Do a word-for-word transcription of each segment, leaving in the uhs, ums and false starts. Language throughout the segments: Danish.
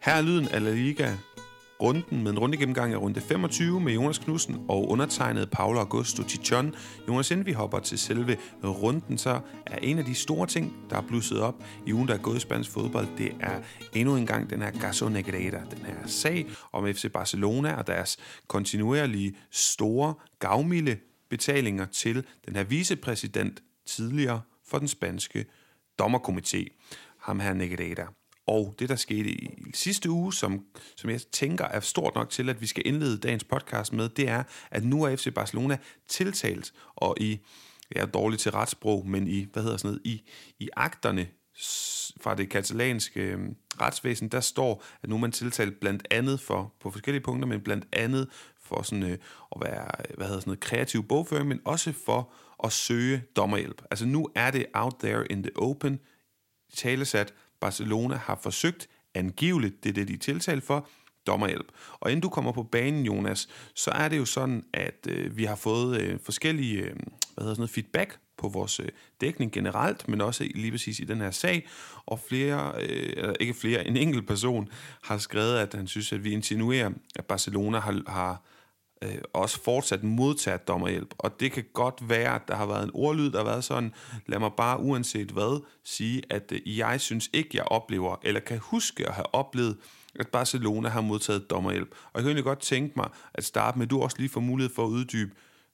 Her er lyden af La Liga runden med en rundegennemgang af runde femogtyve med Jonas Knudsen og undertegnet Paulo Augusto Chichon. Jonas, inden vi hopper til selve runden, så er en af de store ting, der er blusset op i ugen, der er gået i spansk fodbold, det er endnu en gang den her Caso Negreira, den her sag om F C Barcelona og deres kontinuerlige store gavmilde betalinger til den her vicepræsident tidligere for den spanske dommerkomité, ham her Negreira. Og det, der skete i sidste uge, som, som jeg tænker er stort nok til, at vi skal indlede dagens podcast med, det er, at nu er F C Barcelona tiltalt, og i, jeg er dårlig til retssprog, men i, hvad hedder sådan noget, i, i akterne fra det katalanske øh, retsvæsen, der står, at nu er man tiltalt blandt andet for, på forskellige punkter, men blandt andet for sådan øh, at være, hvad hedder sådan noget, kreativ bogføring, men også for at søge dommerhjælp. Altså nu er det out there in the open, talesat. Barcelona har forsøgt, angiveligt, det er det, de er tiltalt for, dommerhjælp. Og inden du kommer på banen, Jonas, så er det jo sådan, at øh, vi har fået øh, forskellige øh, hvad hedder sådan noget, feedback på vores øh, dækning generelt, men også lige præcis i den her sag, og flere, øh, eller ikke flere, en enkelt person har skrevet, at han synes, at vi insinuerer, at Barcelona har, har øh, også fortsat modtaget dommerhjælp. Og det kan godt være, at der har været en ordlyd, der har været sådan, lad mig bare uanset hvad sige, at øh, jeg synes ikke, jeg oplever, eller kan huske at have oplevet, at Barcelona har modtaget dommerhjælp. Og jeg kan egentlig godt tænke mig at starte med, at du også lige får mulighed for at uddybe.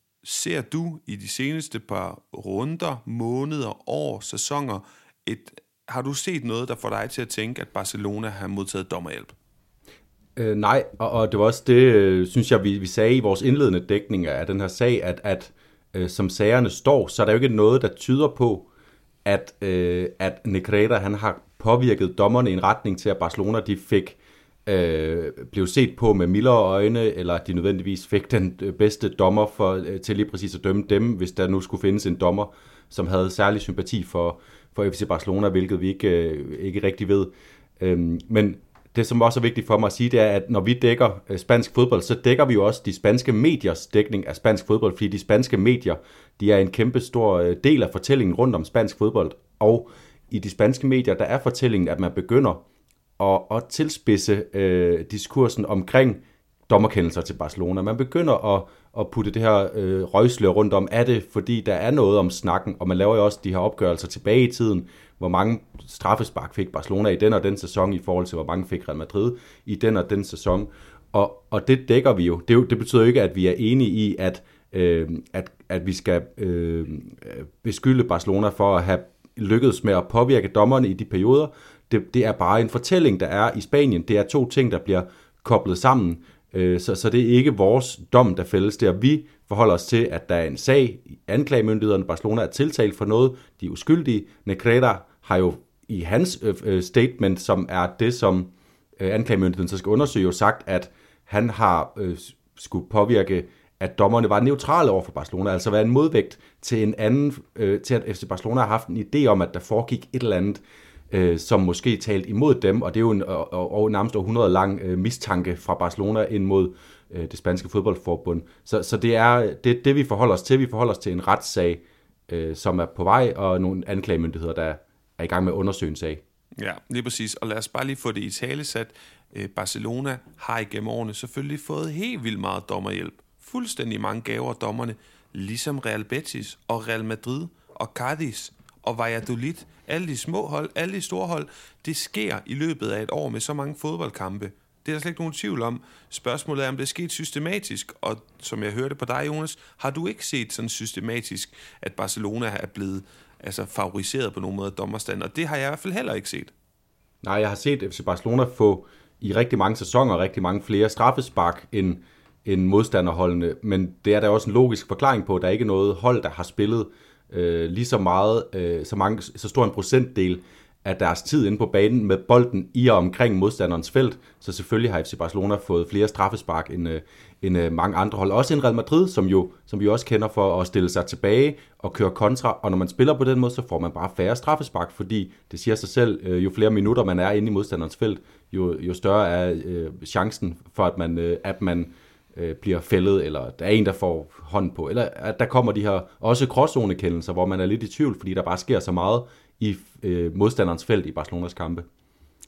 Ser du i de seneste par runder, måneder, år, sæsoner, et, har du set noget, der får dig til at tænke, at Barcelona har modtaget dommerhjælp? Øh, nej, og, og det var også det, øh, synes jeg, vi, vi sagde i vores indledende dækning af den her sag, at, at øh, som sagerne står, så er der jo ikke noget, der tyder på, at, øh, at Negreira, han har påvirket dommerne i en retning til, at Barcelona de fik øh, blev set på med mildere øjne, eller at de nødvendigvis fik den bedste dommer for, øh, til lige præcis at dømme dem, hvis der nu skulle findes en dommer, som havde særlig sympati for, for F C Barcelona, hvilket vi ikke, øh, ikke rigtig ved. Øh, men det, som også er vigtigt for mig at sige, det er, at når vi dækker spansk fodbold, så dækker vi jo også de spanske mediers dækning af spansk fodbold, fordi de spanske medier, de er en kæmpe stor del af fortællingen rundt om spansk fodbold. Og i de spanske medier, der er fortællingen, at man begynder at, at tilspidse øh, diskursen omkring dommerkendelser til Barcelona. Man begynder at, at putte det her øh, røgslør rundt om, er det fordi der er noget om snakken, og man laver jo også de her opgørelser tilbage i tiden, hvor mange straffespark fik Barcelona i den og den sæson, i forhold til hvor mange fik Real Madrid i den og den sæson. Og, og det dækker vi jo. Det, jo. det betyder jo ikke, at vi er enige i, at, øh, at, at vi skal øh, beskylde Barcelona for at have lykkedes med at påvirke dommerne i de perioder. Det, det er bare en fortælling, der er i Spanien. Det er to ting, der bliver koblet sammen. Så, så det er ikke vores dom, der fældes der. Vi forholder os til, at der er en sag. Anklagemyndighederne Barcelona er tiltalt for noget. De er uskyldige. Negreira har jo i hans øh, statement, som er det, som øh, anklagemyndigheden så skal undersøge, jo sagt, at han har øh, skulle påvirke, at dommerne var neutrale over for Barcelona, altså være en modvægt til en anden, øh, til at F C Barcelona har haft en idé om, at der foregik et eller andet, øh, som måske talt imod dem, og det er jo en og, og, og nærmest århundrede lang øh, mistanke fra Barcelona ind mod øh, det spanske fodboldforbund. Så, så det er det, det, vi forholder os til. Vi forholder os til en retssag, øh, som er på vej, og nogle anklagemyndigheder, der er i gang med at undersøge en sag. Ja, lige præcis. Og lad os bare lige få det i tale sat. Barcelona har igennem årene selvfølgelig fået helt vildt meget dommerhjælp. Fuldstændig mange gaver af dommerne, ligesom Real Betis og Real Madrid og Cádiz og Valladolid. Alle de små hold, alle de store hold, det sker i løbet af et år med så mange fodboldkampe. Det er der slet ikke nogen tvivl om. Spørgsmålet er, om det er sket systematisk, og som jeg hørte på dig, Jonas, har du ikke set sådan systematisk, at Barcelona er blevet altså favoriseret på nogen måde af dommerstanden, og det har jeg i hvert fald heller ikke set. Nej, jeg har set F C Barcelona få i rigtig mange sæsoner rigtig mange flere straffespark end, end modstanderholdene, men det er der også en logisk forklaring på. Der er ikke noget hold, der har spillet øh, lige så meget, øh, så, mange, så stor en procentdel af deres tid inde på banen med bolden i og omkring modstanderens felt, så selvfølgelig har F C Barcelona fået flere straffespark end, øh, end øh, mange andre hold. Også en Real Madrid, som, jo, som vi også kender for at stille sig tilbage og køre kontra, og når man spiller på den måde, så får man bare færre straffespark, fordi det siger sig selv, øh, jo flere minutter man er inde i modstanderens felt, jo, jo større er øh, chancen for, at man, øh, at man øh, bliver fældet, eller der er en, der får hånd på, eller at der kommer de her også gråzonekendelser, hvor man er lidt i tvivl, fordi der bare sker så meget i øh, modstanderens felt i Barcelonas kampe.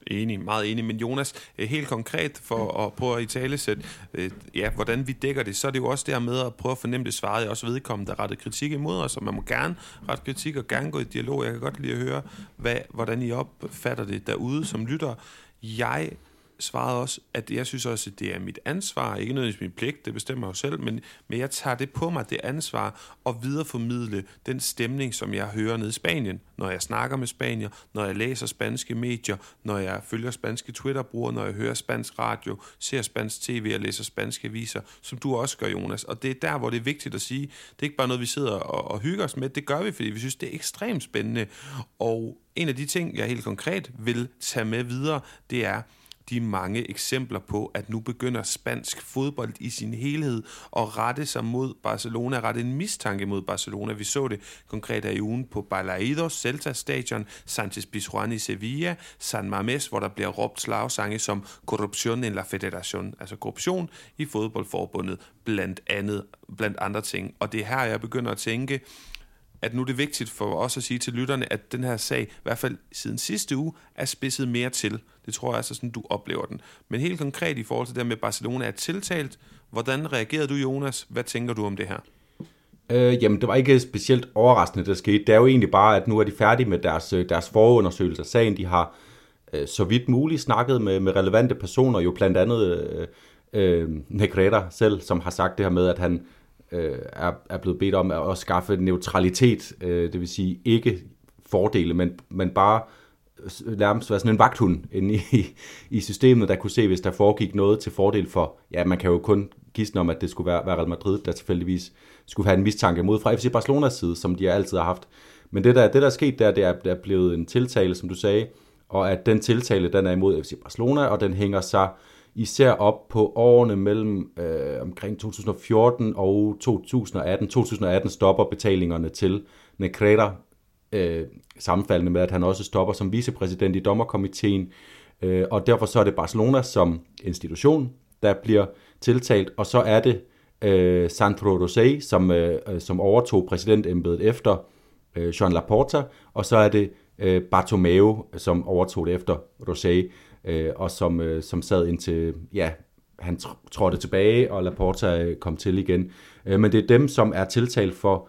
Enig, meget enig. Men Jonas, helt konkret for at prøve at italesætte, ja, hvordan vi dækker det, så er det jo også der med at prøve at fornemme det svaret. Jeg også vedkommende, der rettede kritik imod os, og man må gerne rette kritik og gerne gå i dialog. Jeg kan godt lide at høre, hvad, hvordan I opfatter det derude som lytter. Jeg svarede også, at jeg synes også, at det er mit ansvar, ikke nødvendigvis min pligt, det bestemmer jeg jo selv, men, men jeg tager det på mig, det ansvar, at videreformidle den stemning, som jeg hører nede i Spanien, når jeg snakker med spanier, når jeg læser spanske medier, når jeg følger spanske Twitter-brugere, når jeg hører spansk radio, ser spansk tv og læser spanske aviser, som du også gør, Jonas. Og det er der, hvor det er vigtigt at sige, det er ikke bare noget, vi sidder og, og hygger os med, det gør vi, fordi vi synes, det er ekstremt spændende. Og en af de ting, jeg helt konkret vil tage med videre, det er de mange eksempler på, at nu begynder spansk fodbold i sin helhed at rette sig mod Barcelona, rette en mistanke mod Barcelona. Vi så det konkret her i ugen på Balaidos, Celta Stadion, Sánchez Pizjuán i Sevilla, San Mamés, hvor der bliver råbt slagsange som korruption en la federación, altså korruption i fodboldforbundet, blandt andet, blandt andre ting. Og det er her, jeg begynder at tænke, at nu er det vigtigt for os at sige til lytterne, at den her sag, i hvert fald siden sidste uge, er spidset mere til. Det tror jeg altså sådan, du oplever den. Men helt konkret i forhold til det med Barcelona er tiltalt. Hvordan reagerede du, Jonas? Hvad tænker du om det her? Øh, jamen, det var ikke specielt overraskende, der skete. Det er jo egentlig bare, at nu er de færdige med deres, deres forundersøgelse af sagen. De har øh, så vidt muligt snakket med, med relevante personer, jo blandt andet øh, øh, Negreira selv, som har sagt det her med, at han Er, er blevet bedt om at, at skaffe neutralitet, øh, det vil sige ikke fordele, men, men bare nærmest være sådan en vagthund inde i, i systemet, der kunne se, hvis der foregik noget til fordel for, ja, man kan jo kun gisne om, at det skulle være, være Real Madrid, der tilfældigvis skulle have en mistanke mod fra F C Barcelonas side, som de altid har haft. Men det der, det der er sket der, det er, det er blevet en tiltale, som du sagde, og at den tiltale, den er imod F C Barcelona, og den hænger sig især op på årene mellem øh, omkring to tusind og fjorten og to tusind og atten. to tusind og atten stopper betalingerne til Negreira, øh, sammenfaldende med, at han også stopper som vicepræsident i dommerkomiteen. Øh, og derfor så er det Barcelona som institution, der bliver tiltalt, og så er det øh, Sandro Rosell, som, øh, som overtog præsidentembedet efter øh, Joan Laporta, og så er det øh, Bartomeu, som overtog det efter Rosell, Øh, og som, øh, som sad indtil, ja, han trådte tilbage, og Laporta øh, kom til igen. Øh, men det er dem, som er tiltalt for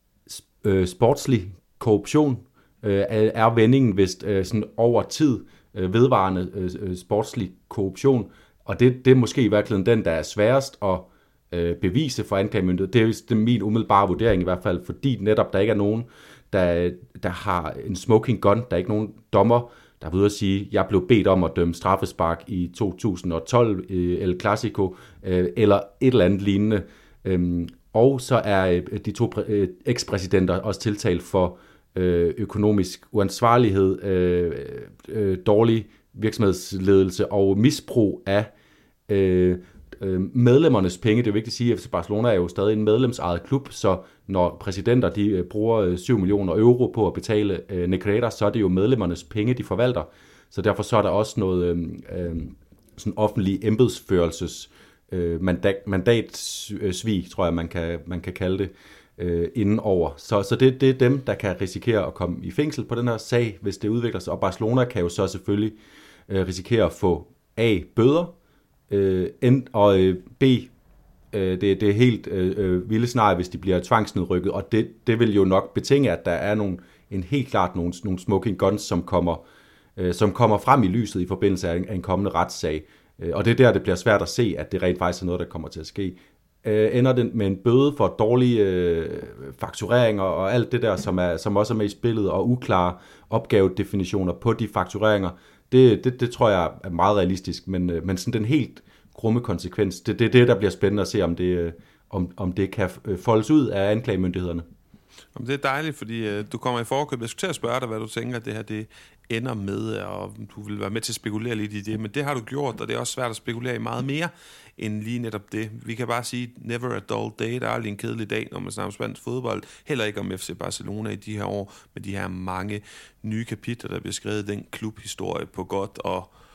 øh, sportslig korruption, øh, er vendingen vist øh, sådan over tid øh, vedvarende øh, sportslig korruption, og det, det er måske i virkeligheden den, der er sværest at øh, bevise for anklagemyndigheden. Det er, det er min umiddelbare vurdering i hvert fald, fordi netop der ikke er nogen, der, der har en smoking gun, der er ikke nogen dommer, der vil ude at sige, at jeg blev bedt om at dømme straffespark i to tusind og tolv i El Clasico, øh, eller et eller andet lignende. Øhm, og så er øh, de to præ- øh, ekspræsidenter også tiltalt for øh, økonomisk uansvarlighed, øh, øh, dårlig virksomhedsledelse og misbrug af øh, øh, medlemmernes penge. Det er vigtigt at sige, at F C Barcelona er jo stadig en medlemsejet klub, så når præsidenter de øh, bruger syv millioner euro på at betale øh, Negreira, så er det jo medlemmernes penge, de forvalter. Så derfor så er der også noget øh, øh, sådan offentlig embedsførelses øh, mandat, mandatsvig, tror jeg, man kan, man kan kalde det, øh, indenover. Så, så det, det er dem, der kan risikere at komme i fængsel på den her sag, hvis det udvikler sig. Og Barcelona kan jo så selvfølgelig øh, risikere at få A, bøder, øh, og øh, B, øh, det, det er helt øh, vilde scenarie, hvis de bliver tvangsnedrykket, og det, det vil jo nok betinge, at der er nogle, en helt klart nogle, nogle smoking guns, som kommer, øh, som kommer frem i lyset i forbindelse af en, af en kommende retssag. Øh, og det er der, det bliver svært at se, at det rent faktisk er noget, der kommer til at ske. Øh, ender det med en bøde for dårlige øh, faktureringer og alt det der, som, er, som også er med i spillet, og uklare opgavedefinitioner på de faktureringer, det, det, det tror jeg er meget realistisk, men, øh, men sådan den helt grumme konsekvens, det er det, det, der bliver spændende at se, om det, øh, om, om det kan foldes ud af anklagemyndighederne. Jamen, det er dejligt, fordi øh, du kommer i forkøbet. Jeg skulle til at spørge dig, hvad du tænker, at det her det ender med, og du vil være med til at spekulere lidt i det, men det har du gjort, og det er også svært at spekulere i meget mere end lige netop det. Vi kan bare sige, never a dull day. Der er aldrig en kedelig dag, når man snakker om spansk fodbold. Heller ikke om F C Barcelona i de her år, med de her mange nye kapitler, der bliver skrevet den klubhistorie på godt og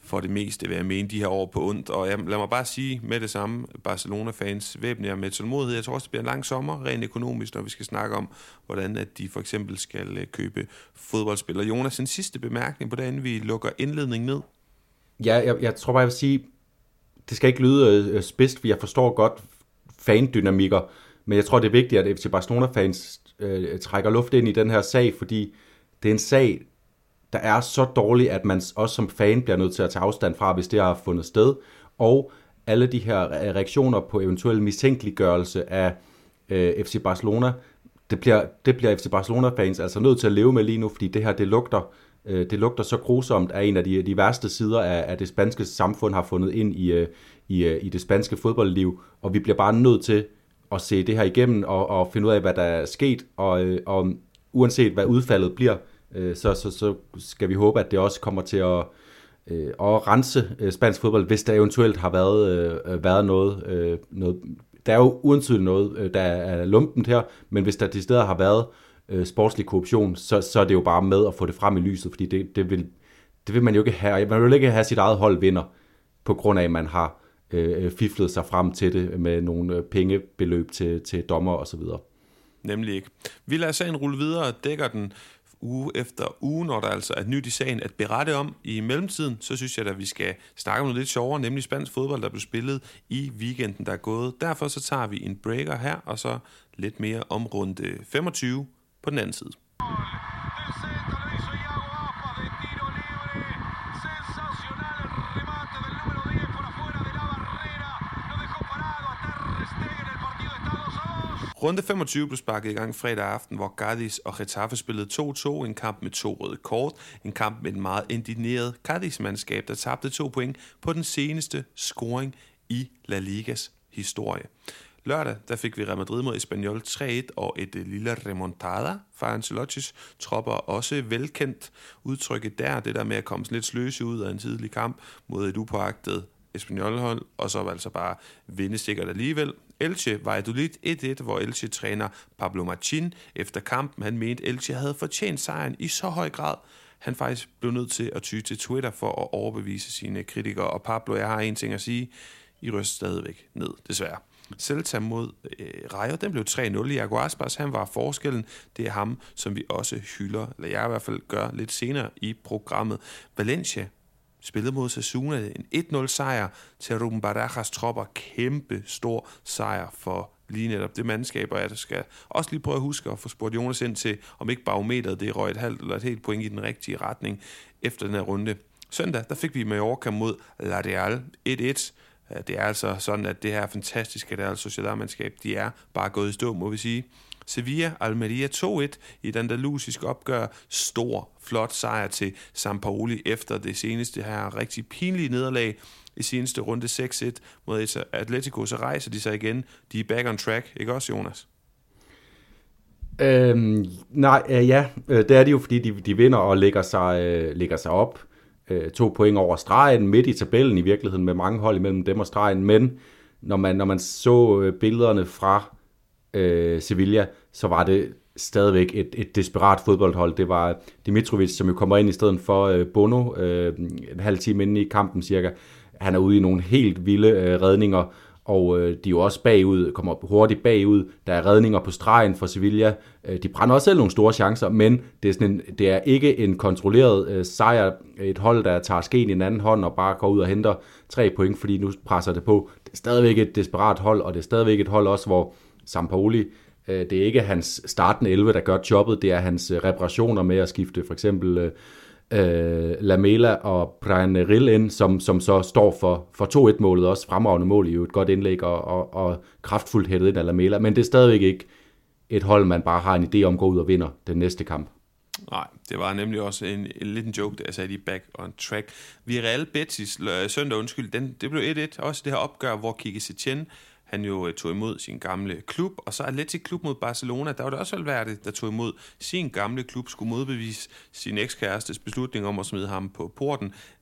for det meste, vil jeg mene, de her år på ondt. Og jeg, lad mig bare sige med det samme, Barcelona-fans væbner jer med tålmodighed. Jeg tror også, det bliver en lang sommer, rent økonomisk, når vi skal snakke om, hvordan at de for eksempel skal købe fodboldspillere. Jonas, en sidste bemærkning på det, inden vi lukker indledningen ned. Ja, jeg, jeg tror bare, jeg vil sige, det skal ikke lyde øh, spidst, for jeg forstår godt fan-dynamikker, men jeg tror, det er vigtigt, at F C Barcelona-fans øh, trækker luft ind i den her sag, fordi det er en sag, der er så dårlig, at man også som fan bliver nødt til at tage afstand fra, hvis det har fundet sted, og alle de her reaktioner på eventuel mistænkeliggørelse af øh, F C Barcelona, det bliver, det bliver F C Barcelona-fans altså nødt til at leve med lige nu, fordi det her, det lugter, øh, det lugter så grusomt af en af de, de værste sider af, af det spanske samfund har fundet ind i, øh, i, øh, i det spanske fodboldliv, og vi bliver bare nødt til at se det her igennem og, og finde ud af, hvad der er sket, og, øh, og uanset hvad udfaldet bliver, Så, så, så skal vi håbe, at det også kommer til at, øh, at rense øh, spansk fodbold, hvis der eventuelt har været, øh, været noget, øh, noget. Der er jo uantydeligt noget, øh, der er lumpent her, men hvis der til steder har været øh, sportslig korruption, så, så er det jo bare med at få det frem i lyset, fordi det, det, vil, det vil man jo ikke have. Man vil ikke have sit eget hold vinder, på grund af, at man har øh, fiflet sig frem til det med nogle pengebeløb til, til dommer og så videre. Nemlig ikke. Vi lader sagen rulle videre og dækker den uge efter uge, når der altså er nyt i sagen at berette om. I mellemtiden, så synes jeg, at vi skal snakke om noget lidt sjovere, nemlig spansk fodbold, der blev spillet i weekenden, der er gået. Derfor så tager vi en breaker her, og så lidt mere om runde femogtyve på den anden side. Runde femogtyve blev sparket i gang fredag aften, hvor Cádiz og Getafe spillede to to, en kamp med to røde kort, en kamp med en meget indigneret Cádiz-mandskab, der tabte to point på den seneste scoring i La Ligas historie. Lørdag der fik vi Real Madrid mod Espanyol tre et og et lille remontada fra Ancelottis tropper, også velkendt udtrykket der, det der med at komme sådan lidt sløse ud af en tidlig kamp mod et upåagtet Espanyol-hold, og så var altså bare vinde sikkert alligevel. Elche Valladolid et et, hvor Elche-træner Pablo Machin efter kampen, han mente, Elche havde fortjent sejren i så høj grad, han faktisk blev nødt til at ty til Twitter for at overbevise sine kritikere. Og Pablo, jeg har en ting at sige, I ryster stadigvæk ned, desværre. Celta mod øh, Rayo, den blev tre nul. Iago Aspas, han var forskellen. Det er ham, som vi også hylder, eller jeg i hvert fald gør lidt senere i programmet. Valencia spillede mod Osasuna, en et nul sejr til Rubén Barajas tropper. Kæmpe stor sejr for lige netop det mandskab, og jeg skal også lige prøve at huske at få spurgt Jonas ind til, om ikke barometeret det røg et halvt eller et helt point i den rigtige retning efter den her runde. Søndag, der fik vi Mallorca mod La Real et et. Det er altså sådan, at det her fantastiske Real Sociedad-mandskab, de er bare gået i stå, må vi sige. Sevilla, Almeria to et i et andalusisk opgør. Stor, flot sejr til Sampaoli efter det seneste her rigtig pinlige nederlag i seneste runde seks et mod Atletico. Så rejser de sig igen. De er back on track, ikke også, Jonas? Øhm, nej, øh, ja, det er de jo, fordi de, de vinder og lægger sig, øh, lægger sig op. Øh, to point over stregen, midt i tabellen i virkeligheden, med mange hold imellem dem og stregen. Men når man, når man så billederne fra øh, Sevilla, så var det stadigvæk et, et desperat fodboldhold. Det var Dimitrovic, som jo kommer ind i stedet for øh, Bono, øh, en halv time inde i kampen cirka. Han er ude i nogle helt vilde øh, redninger, og øh, de er jo også bagud, kommer hurtigt bagud. Der er redninger på stregen for Sevilla. Øh, de brænder også selv nogle store chancer, men det er, sådan en, det er ikke en kontrolleret øh, sejr. Et hold, der tager skeen i en anden hånd og bare går ud og henter tre point, fordi nu presser det på. Det er stadigvæk et desperat hold, og det er stadigvæk et hold også, hvor Sampaoli, øh, det er ikke hans startende elleve, der gør jobbet. Det er hans øh, reparationer med at skifte for eksempel Øh, Uh, Lamela og Brian Rill ind, som, som så står for, for to et-målet, også fremragende mål i et godt indlæg og, og, og kraftfuldt hættet ind af Lamela, men det er stadigvæk ikke et hold, man bare har en idé om at gå ud og vinder den næste kamp. Nej, det var nemlig også en, en lille joke, der sagde de back on track. Villarreal Betis søndag, undskyld, den, det blev et et, også det her opgør, hvor Quique Setién, han jo tog imod sin gamle klub, og så Athletic Klub mod Barcelona, der var det også valgværdigt, der tog imod sin gamle klub, skulle modbevise sin ekskærestes beslutning om at smide ham på porten.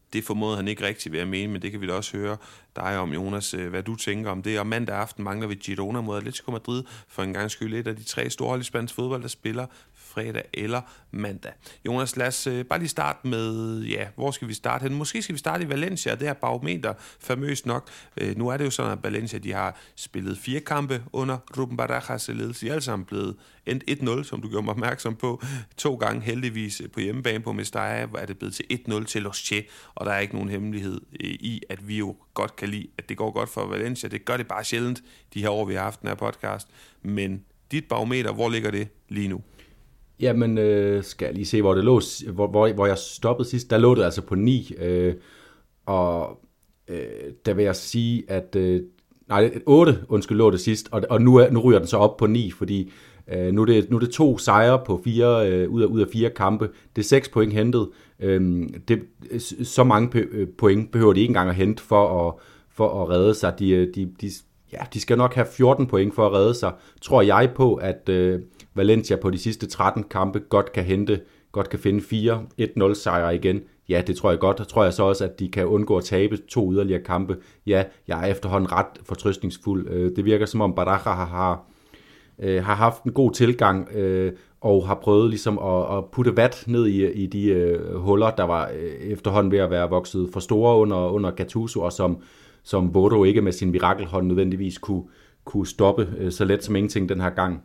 Det formåede han ikke rigtig ved at mene, men det kan vi da også høre dig om, Jonas, hvad du tænker om det. Og mandag aften mangler vi Girona mod Atletico Madrid, for en gang skyld et af de tre store hold i spansk fodbold, der spiller fredag eller mandag. Jonas, lad os øh, bare lige starte med, ja, hvor skal vi starte hen? Måske skal vi starte i Valencia, det er barometer famøst nok. Øh, nu er det jo sådan, at Valencia, de har spillet fire kampe under Rubén Barajas ledelse. De er alle sammen blevet endt et nul, som du gjorde mig opmærksom på. To gange heldigvis på hjemmebane på Mestalla, hvor er det blevet til et nul til Los Che, og der er ikke nogen hemmelighed øh, i, at vi jo godt kan lide, at det går godt for Valencia. Det gør det bare sjældent, de her år, vi har haft den her podcast. Men dit barometer, hvor ligger det lige nu? Jamen, øh, skal jeg lige se, hvor det lå, hvor, hvor, hvor jeg stoppede sidst. Der lå det altså på ni, øh, og øh, der vil jeg sige, at øh, nej, otte, undskyld, lå det sidst, og, og nu, er, nu ryger den så op på ni, fordi øh, nu, er det, nu er det to sejre på fire, øh, ud, af, ud af fire kampe. Det er seks point hentet. Øh, det, så mange point behøver de ikke engang at hente for at, for at redde sig. De, de, de, ja, de skal nok have fjorten point for at redde sig. Tror jeg på, at øh, Valencia på de sidste tretten kampe godt kan hente, godt kan finde fire et nul sejre igen. Ja, det tror jeg godt. Og tror jeg så også, at de kan undgå at tabe to yderligere kampe. Ja, jeg er efterhånden ret fortrøstningsfuld. Det virker som om Baraja har, har, har haft en god tilgang og har prøvet ligesom at, at putte vat ned i, i de huller, der var efterhånden ved at være vokset for store under, under Gattuso, og som, som Bodo ikke med sin mirakelhånd nødvendigvis kunne, kunne stoppe så let som ingenting den her gang.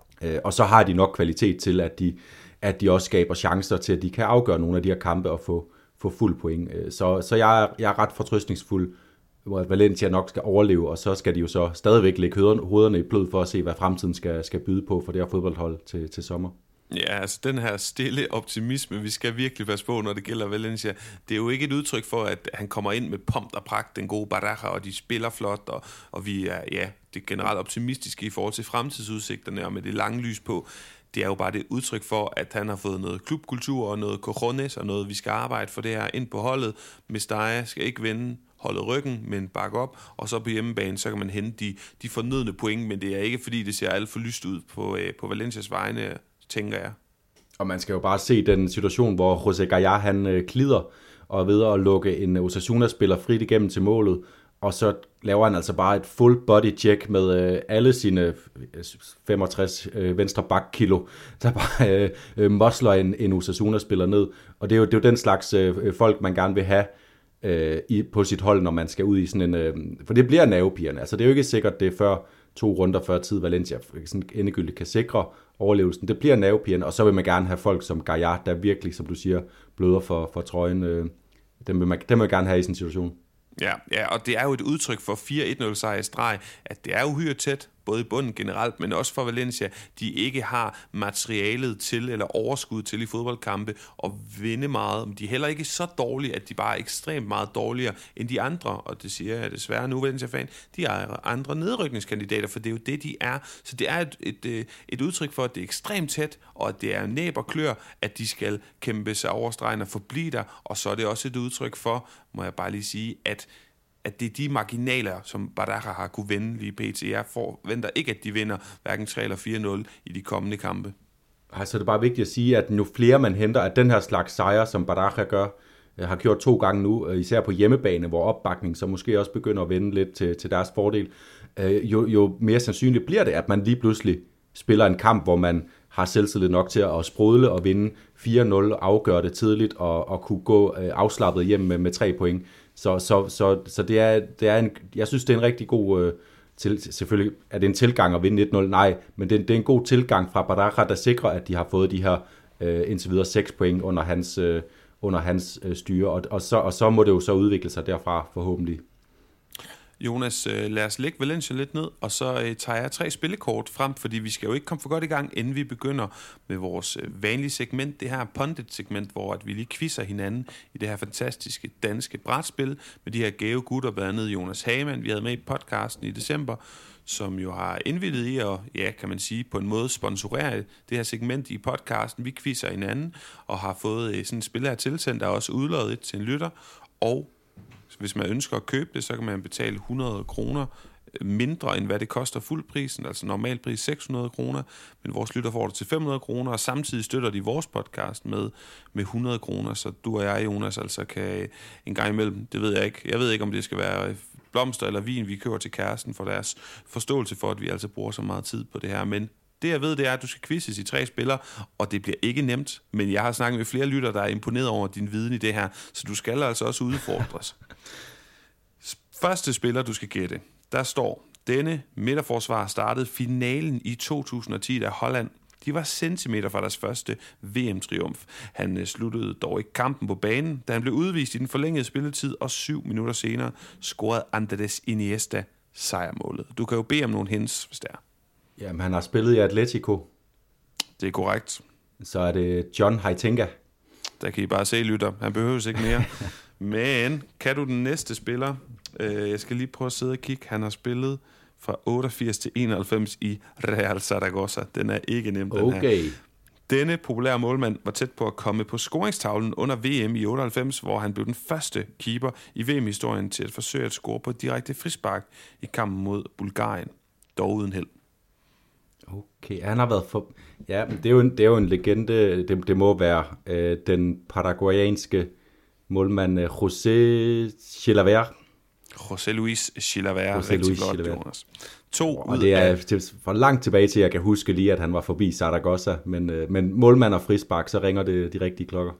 Og så har de nok kvalitet til, at de, at de også skaber chancer til, at de kan afgøre nogle af de her kampe og få, få fuld point. Så, så jeg, er, jeg er ret fortrøstningsfuld, hvor Valencia nok skal overleve, og så skal de jo så stadigvæk lægge hovederne i blød for at se, hvad fremtiden skal, skal byde på for det her fodboldhold til, til sommer. Ja, altså den her stille optimisme, vi skal virkelig passe på, når det gælder Valencia. Det er jo ikke et udtryk for, at han kommer ind med pomp og pragt, den gode Baraja, og de spiller flot, og, og vi er ja, det er generelt optimistiske i forhold til fremtidsudsigterne, og med det lange lys på. Det er jo bare det udtryk for, at han har fået noget klubkultur og noget cojones og noget, vi skal arbejde for det her ind på holdet. Mestalla skal ikke vende holdet ryggen, men bakke op, og så på hjemmebane, så kan man hente de, de fornødne point, men det er ikke fordi, det ser alt for lyst ud på, øh, på Valencias vegne, tænker jeg. Og man skal jo bare se den situation, hvor José Gallá, han øh, klider og er ved at lukke en Osasuna-spiller frit igennem til målet, og så laver han altså bare et full body check med øh, alle sine femogtres øh, venstre bakkilo, der bare øh, mosler en, en Osasuna-spiller ned. Og det er jo, det er jo den slags øh, folk, man gerne vil have øh, i, på sit hold, når man skal ud i sådan en... Øh, for det bliver nervepirrende. Altså det er jo ikke sikkert, det er før to runder før tid, Valencia sådan endegyldigt kan sikre overlevelsen. Det bliver nervepirrende, og så vil man gerne have folk som Gallá, der virkelig, som du siger, bløder for, for trøjen. Øh, dem, vil man, dem vil man gerne have i sådan en situation. Ja, ja, og det er jo et udtryk for fire et nul sejr i streg, at det er uhyre tæt, både i bunden generelt, men også for Valencia, de ikke har materialet til, eller overskud til i fodboldkampe, og vinde meget. Men de er heller ikke så dårlige, at de bare er ekstremt meget dårligere end de andre, og det siger jeg desværre nu, Valencia-fan, de er andre nedrykningskandidater, for det er jo det, de er. Så det er et, et, et udtryk for, at det er ekstremt tæt, og at det er næb og klør, at de skal kæmpe sig over stregen og forblive der, og så er det også et udtryk for, må jeg bare lige sige, at at det er de marginaler, som Baraja har kunne vinde lige pt. Jeg forventer ikke, at de vinder hverken tre eller fire nul i de kommende kampe. Altså det er bare vigtigt at sige, at jo flere man henter af den her slags sejre, som Baraja gør, har gjort to gange nu, især på hjemmebane, hvor opbakning så måske også begynder at vende lidt til, til deres fordel, jo, jo mere sandsynligt bliver det, at man lige pludselig spiller en kamp, hvor man har selvtillid nok til at sprudle og vinde fire nul, afgøre det tidligt og, og kunne gå afslappet hjem med, med tre point. Så, så, så, så det er, det er en, jeg synes, det er en rigtig god, øh, til, selvfølgelig er det en tilgang at vinde et nul, nej, men det, det er en god tilgang fra Baraja, der sikrer, at de har fået de her øh, indtil videre seks point under hans, øh, under hans øh, styre, og, og, så, og så må det jo så udvikle sig derfra forhåbentlig. Jonas, lad os lægge Valencia lidt ned, og så tager jeg tre spillekort frem, fordi vi skal jo ikke komme for godt i gang, inden vi begynder med vores vanlige segment, det her pundit-segment, hvor at vi lige quizzer hinanden i det her fantastiske danske brætspil med de her gave gutter, blandt andet Jonas Hagemann, vi havde med i podcasten i december, som jo har indvilliget i at, ja, kan man sige, på en måde sponsorere det her segment i podcasten. Vi quizzer hinanden og har fået sådan et spil her tilsendt, der er også udløjet til en lytter, og hvis man ønsker at købe det, så kan man betale hundrede kroner mindre, end hvad det koster fuldprisen, altså normalpris seks hundrede kroner, men vores lytter får det til fem hundrede kroner, og samtidig støtter de vores podcast med, med hundrede kroner, så du og jeg, Jonas, altså kan en gang imellem, det ved jeg ikke, jeg ved ikke, om det skal være blomster eller vin, vi køber til kæresten for deres forståelse for, at vi altså bruger så meget tid på det her, men det jeg ved, det er, at du skal quizzes i tre spillere, og det bliver ikke nemt, men jeg har snakket med flere lytter, der er imponeret over din viden i det her, så du skal altså også udfordres. Første spiller, du skal gætte, der står, denne midterforsvar startede finalen i to tusind og ti, da Holland, de var centimeter fra deres første V M-triumf. Han sluttede dog ikke kampen på banen, da han blev udvist i den forlængede spilletid, og syv minutter senere scorede Andrés Iniesta sejrmålet. Du kan jo bede om nogle hints, hvis det er. Jamen, han har spillet i Atletico. Det er korrekt. Så er det John Heitinga. Der kan I bare se, lytter. Han behøves ikke mere. Men kan du den næste spiller? Jeg skal lige prøve at sidde og kigge. Han har spillet fra otteogfirs til enoghalvfems i Real Zaragoza. Den er ikke nem, den okay. her. Denne populære målmand var tæt på at komme på scoringstavlen under V M i otteoghalvfems, hvor han blev den første keeper i V M-historien til at forsøge at score på et direkte frispark i kampen mod Bulgarien. Dog uden held. Okay, han har været for... Ja, det er jo en, det er jo en legende. Det, det må være øh, den paraguayanske målmand øh, José Chilavert. José Luis Chilavert. José Luis Chilavert. To og det er af... for langt tilbage til, at jeg kan huske lige, at han var forbi Zaragoza. Men, øh, men målmand og frispark, så ringer det de rigtige klokker.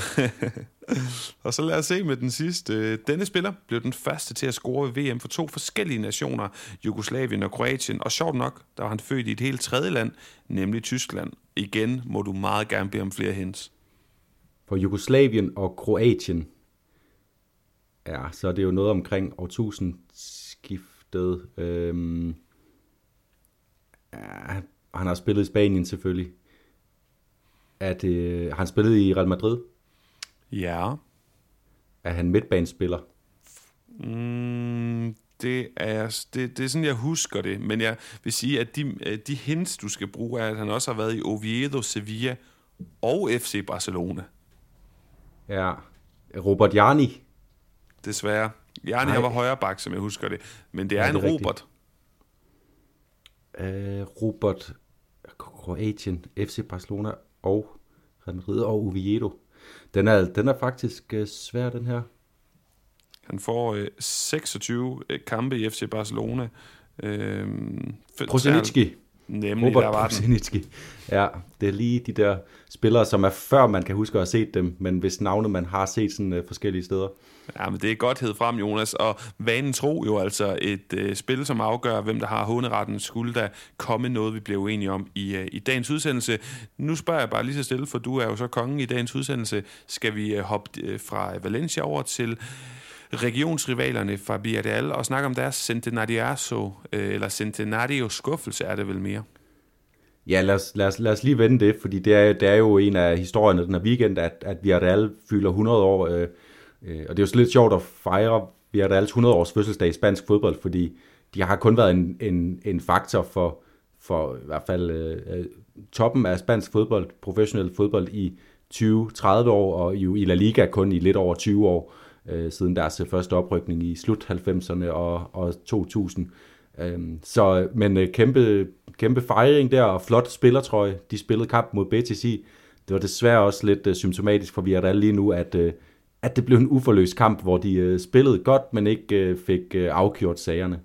Og så lad os se med den sidste. Denne spiller blev den første til at score ved V M for to forskellige nationer, Jugoslavien og Kroatien. Og sjovt nok, der var han født i et helt tredje land, nemlig Tyskland. Igen må du meget gerne bede om flere hints. For Jugoslavien og Kroatien, ja, så er det jo noget omkring årtusindskiftet. Øhm, ja, han har spillet i Spanien selvfølgelig. At, øh, har han spillet i Real Madrid? Ja. Er han midtbanespiller? Mm, det, er, det, det er sådan, jeg husker det. Men jeg vil sige, at de, de hints, du skal bruge, er, at han også har været i Oviedo, Sevilla og F C Barcelona. Ja. Robert Jarni? Desværre. Jarni har var højre bak, som jeg husker det. Men det er ja, en det er Robert. Uh, Robert, Kroatien, F C Barcelona og Real Madrid og Oviedo. Den er, den er faktisk uh, svær, den her. Han får uh, seksogtyve uh, kampe i F C Barcelona. Uh, Prosinitski. Nemlig, Robert der var Prosinitski. Ja, det er lige de der spillere, som er før man kan huske at have set dem, men hvis navne man har set sådan uh, forskellige steder. Ja, men det er godt hed frem, Jonas, og vanen tro jo altså et øh, spil, som afgør, hvem der har håneretten, skulle der komme noget, vi bliver uenige om i, øh, i dagens udsendelse. Nu spørger jeg bare lige så stille, for du er jo så kongen i dagens udsendelse. Skal vi øh, hoppe øh, fra Valencia over til regionsrivalerne fra Villarreal og snakke om deres centenariazo, øh, eller centenario-skuffelse er det vel mere? Ja, lad os, lad os, lad os lige vende det, fordi det er, det er jo en af historierne den her weekend, at, at Villarreal fylder hundrede år, øh, øh, og det er jo så lidt sjovt at fejre Villarreals hundrede års fødselsdag i spansk fodbold, fordi de har kun været en, en, en faktor for, for i hvert fald øh, toppen af spansk fodbold, professionel fodbold i tyve til tredive år, og jo i La Liga kun i lidt over tyve år, øh, siden deres første oprykning i slut halvfemserne og, og to tusind. Øhm, så, men øh, kæmpe, kæmpe fejring der, og flot spillertrøje. De spillede kamp mod Betis i. Det var desværre også lidt øh, symptomatisk for Villarreal lige nu, at, øh, at det blev en uforløst kamp, hvor de øh, spillede godt, men ikke øh, fik øh, afgjort sagerne.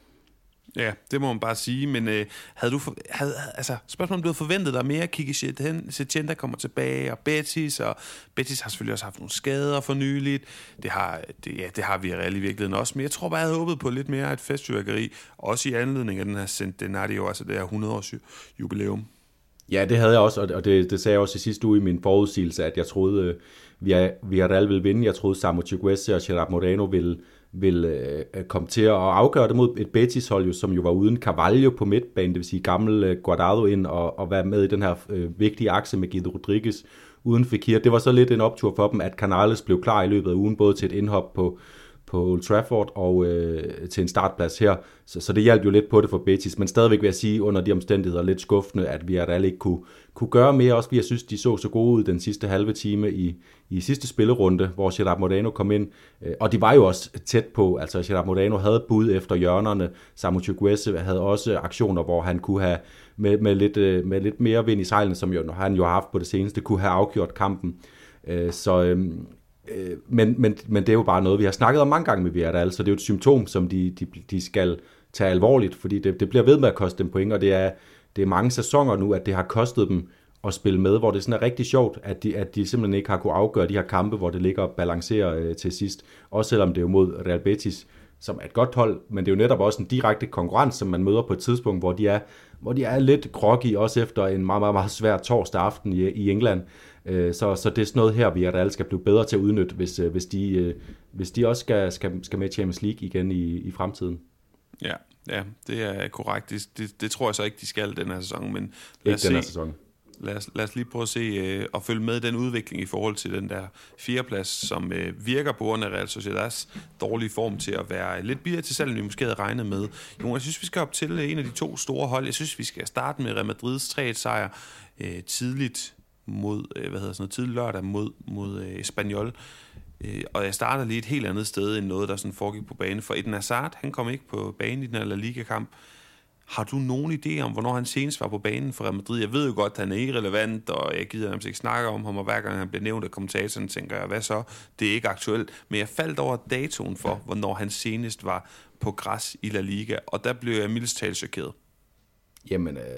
Ja, det må man bare sige, men øh, havde du for, havde, altså, spørgsmålet blev forventet der mere, Kiki Setien, der kommer tilbage, og Betis, og Betis har selvfølgelig også haft nogle skader for nyligt, det har, det, ja, det har vi reelt i virkeligheden også, men jeg tror bare, jeg havde håbet på lidt mere et festfyrværkeri, også i anledning af den her Centenario, altså det her hundrede års jubilæum. Ja, det havde jeg også, og det, det sagde jeg også i sidste uge i min forudsigelse, at jeg troede, øh, vi, vi reelt ville vinde, jeg troede Samu Chukwueze og Gerard Moreno ville vil øh, komme til at afgøre det mod et Betis-hold, jo, som jo var uden Carvalho på midtbanen, det vil sige gammel øh, Guardado ind og, og være med i den her øh, vigtige akse med Guido Rodriguez uden Fekir. Det var så lidt en optur for dem, at Canales blev klar i løbet af ugen, både til et indhop på, på Old Trafford og øh, til en startplads her. Så, så det hjalp jo lidt på det for Betis, men stadigvæk vil jeg sige, under de omstændigheder lidt skuffende, at Villarreal ikke kunne, kunne gøre mere. Også vi jeg synes, de så så gode ud den sidste halve time i, i sidste spillerunde, hvor Gerard Moreno kom ind. Og de var jo også tæt på, altså Gerard Moreno havde bud efter hjørnerne. Samu Chukwueze havde også aktioner, hvor han kunne have med, med, lidt, med lidt mere vind i sejlene, som jo, han jo har haft på det seneste, kunne have afgjort kampen. Så... Øhm, Men, men, men det er jo bare noget, vi har snakket om mange gange med Villarreal, så det er jo et symptom, som de, de, de skal tage alvorligt, fordi det, det bliver ved med at koste dem point, og det er, det er mange sæsoner nu, at det har kostet dem at spille med, hvor det sådan er rigtig sjovt, at de, at de simpelthen ikke har kunne afgøre de her kampe, hvor det ligger og balancerer øh, til sidst, også selvom det er jo mod Real Betis, som er et godt hold, men det er jo netop også en direkte konkurrence, som man møder på et tidspunkt, hvor de er, hvor de er lidt groggy, også efter en meget, meget, meget svær torsdag aften i, i England. Så, så det er sådan noget her, vi alle skal blive bedre til at udnytte, hvis, hvis, de, hvis de også skal, skal, skal med Champions League igen i, i fremtiden. Ja, ja, det er korrekt. Det, det, det tror jeg så ikke, de skal den her sæson, men lad os, ikke den her sæson. Lad os, lad os lige prøve at se øh, og følge med den udvikling i forhold til den der fjerdeplads, som øh, virker på grund af Real Sociedads dårlige form til at være lidt billigere til salg, end vi måske havde regnet med. Jo, jeg synes, vi skal op til en af de to store hold. Jeg synes, vi skal starte med Real Madrids tre et sejr øh, tidligt mod, øh, hvad hedder sådan noget, tidlig lørdag mod, mod øh, Espanyol. Øh, og jeg starter lige et helt andet sted, end noget, der sådan foregik på banen. For Eden Hazard, han kom ikke på banen i den her La Liga-kamp. Har du nogen idé om, hvornår han senest var på banen for Real Madrid? Jeg ved jo godt, at han er irrelevant, og jeg gider nærmest ikke snakke om ham, og hver gang han bliver nævnt af kommentatoren, tænker jeg, hvad så? Det er ikke aktuelt. Men jeg faldt over datoen for, hvornår han senest var på græs i La Liga, og der blev jeg mildest talt chokeret. Jamen, øh,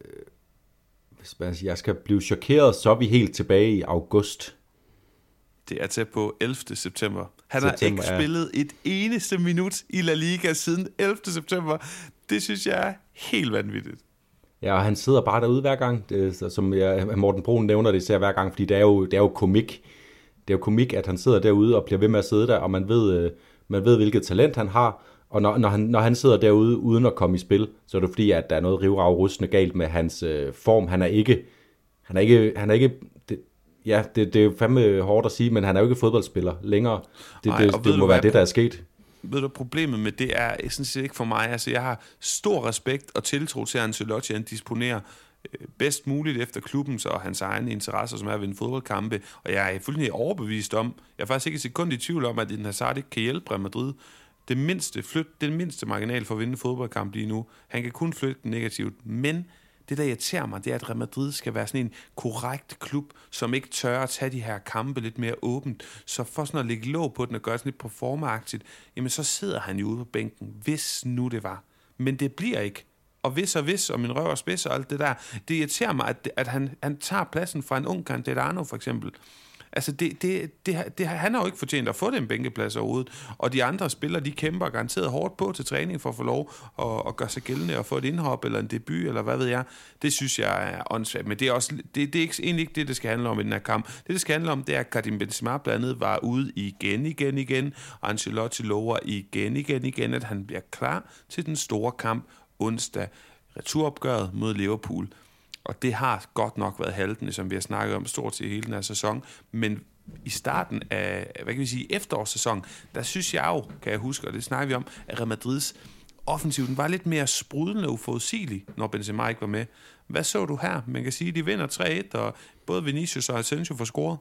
hvis jeg skal blive chokeret, så er vi helt tilbage i august. Det er tæt på ellevte september. Han september, har ikke ja. spillet et eneste minut i La Liga siden ellevte september. Det synes jeg er helt vanvittigt. Ja, og han sidder bare derude hver gang, det, som jeg, Morten Brun nævner det især hver gang, fordi det er jo, det er jo komik. Det er jo komik, at han sidder derude og bliver ved med at sidde der, og man ved, man ved hvilket talent han har. Og når, når, han, når han sidder derude uden at komme i spil, så er det fordi, at der er noget rivrav rustende galt med hans øh, form. Han er ikke... Han er ikke, han er ikke det, ja, det, det er jo fandme hårdt at sige, men han er jo ikke fodboldspiller længere. Det, Ej, det, det, det må være det, der er sket. Ved du, problemet med det er sådan set ikke for mig. Altså, jeg har stor respekt og tiltro til, at Ancelotti han disponerer bedst muligt efter klubbens og hans egne interesser, som er ved en fodboldkampe. Og jeg er fuldstændig overbevist om, jeg er faktisk ikke et sekund i tvivl om, at Eden Hazard ikke kan hjælpe Real Madrid. Det mindste, flyt, det mindste marginal for at vinde fodboldkamp lige nu. Han kan kun flytte den negativt, men det, der irriterer mig, det er, at Real Madrid skal være sådan en korrekt klub, som ikke tør at tage de her kampe lidt mere åbent. Så for sådan at lægge låg på den og gøre sådan lidt performeragtigt, jamen så sidder han jo ude på bænken, hvis nu det var. Men det bliver ikke. Og hvis og hvis, og min røv og spids og alt det der, det irriterer mig, at, at han, han tager pladsen fra en ung Candelano for eksempel. Altså, det, det, det, det, han har jo ikke fortjent at få den bænkeplads overhovedet, og de andre spillere, de kæmper garanteret hårdt på til træning for at få lov at, at gøre sig gældende og få et indhop eller en debut, eller hvad ved jeg. Det synes jeg er åndssvagt, men det er, også, det, det er ikke, egentlig ikke det, det skal handle om i den her kamp. Det, det skal handle om, det er, at Karim Benzema blandt andet var ude igen, igen, igen, og Ancelotti lover igen, igen, igen, at han bliver klar til den store kamp onsdag, returopgøret mod Liverpool. Og det har godt nok været haltende, som vi har snakket om stort set hele den her sæson. Men i starten af, hvad kan vi sige, efterårssæsonen, der synes jeg jo, kan jeg huske, og det snakker vi om, at Real Madrids offensiv, den var lidt mere sprudlende og uforudsigelig, når Benzema ikke var med. Hvad så du her? Man kan sige, at de vinder tre et, og både Vinicius og Asensio får scoret.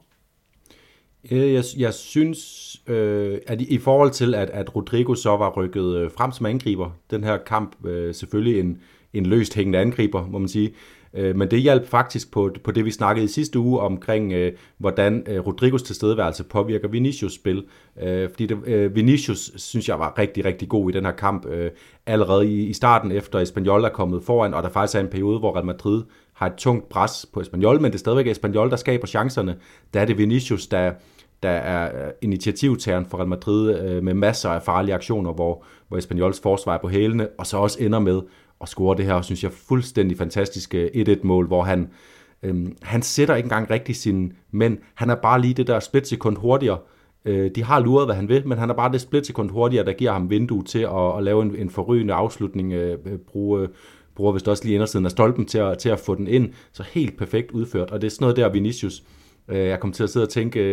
Jeg, jeg synes, øh, at i forhold til, at, at Rodrigo så var rykket øh, frem som angriber, den her kamp øh, selvfølgelig en, en løst hængende angriber, må man sige. Men det hjalp faktisk på, på det, vi snakkede i sidste uge omkring, øh, hvordan øh, Rodrigos tilstedeværelse påvirker Vinicius' spil. Øh, fordi det, øh, Vinicius, synes jeg, var rigtig, rigtig god i den her kamp. Øh, allerede i, i starten, efter Espanyol er kommet foran, og der faktisk er en periode, hvor Real Madrid har et tungt pres på Espanyol, men det er stadigvæk Espanyol, der skaber chancerne. Der er det Vinicius, der, der er initiativtageren for Real Madrid øh, med masser af farlige aktioner, hvor, hvor Espanyols forsvar er på hælene, og så også ender med og score det her, synes jeg, fuldstændig fantastiske et et-mål, hvor han, øhm, han sætter ikke engang rigtig sine mænd. Han er bare lige det der splitsekund hurtigere. Øh, de har luret, hvad han vil, men han er bare det splitsekund hurtigere, der giver ham vindue til at, at lave en, en forrygende afslutning. Øh, bruge, bruger vist også lige indersiden af stolpen til at, til at få den ind. Så helt perfekt udført, og det er sådan noget der, Vinicius. Øh, jeg kom til at sidde og tænke,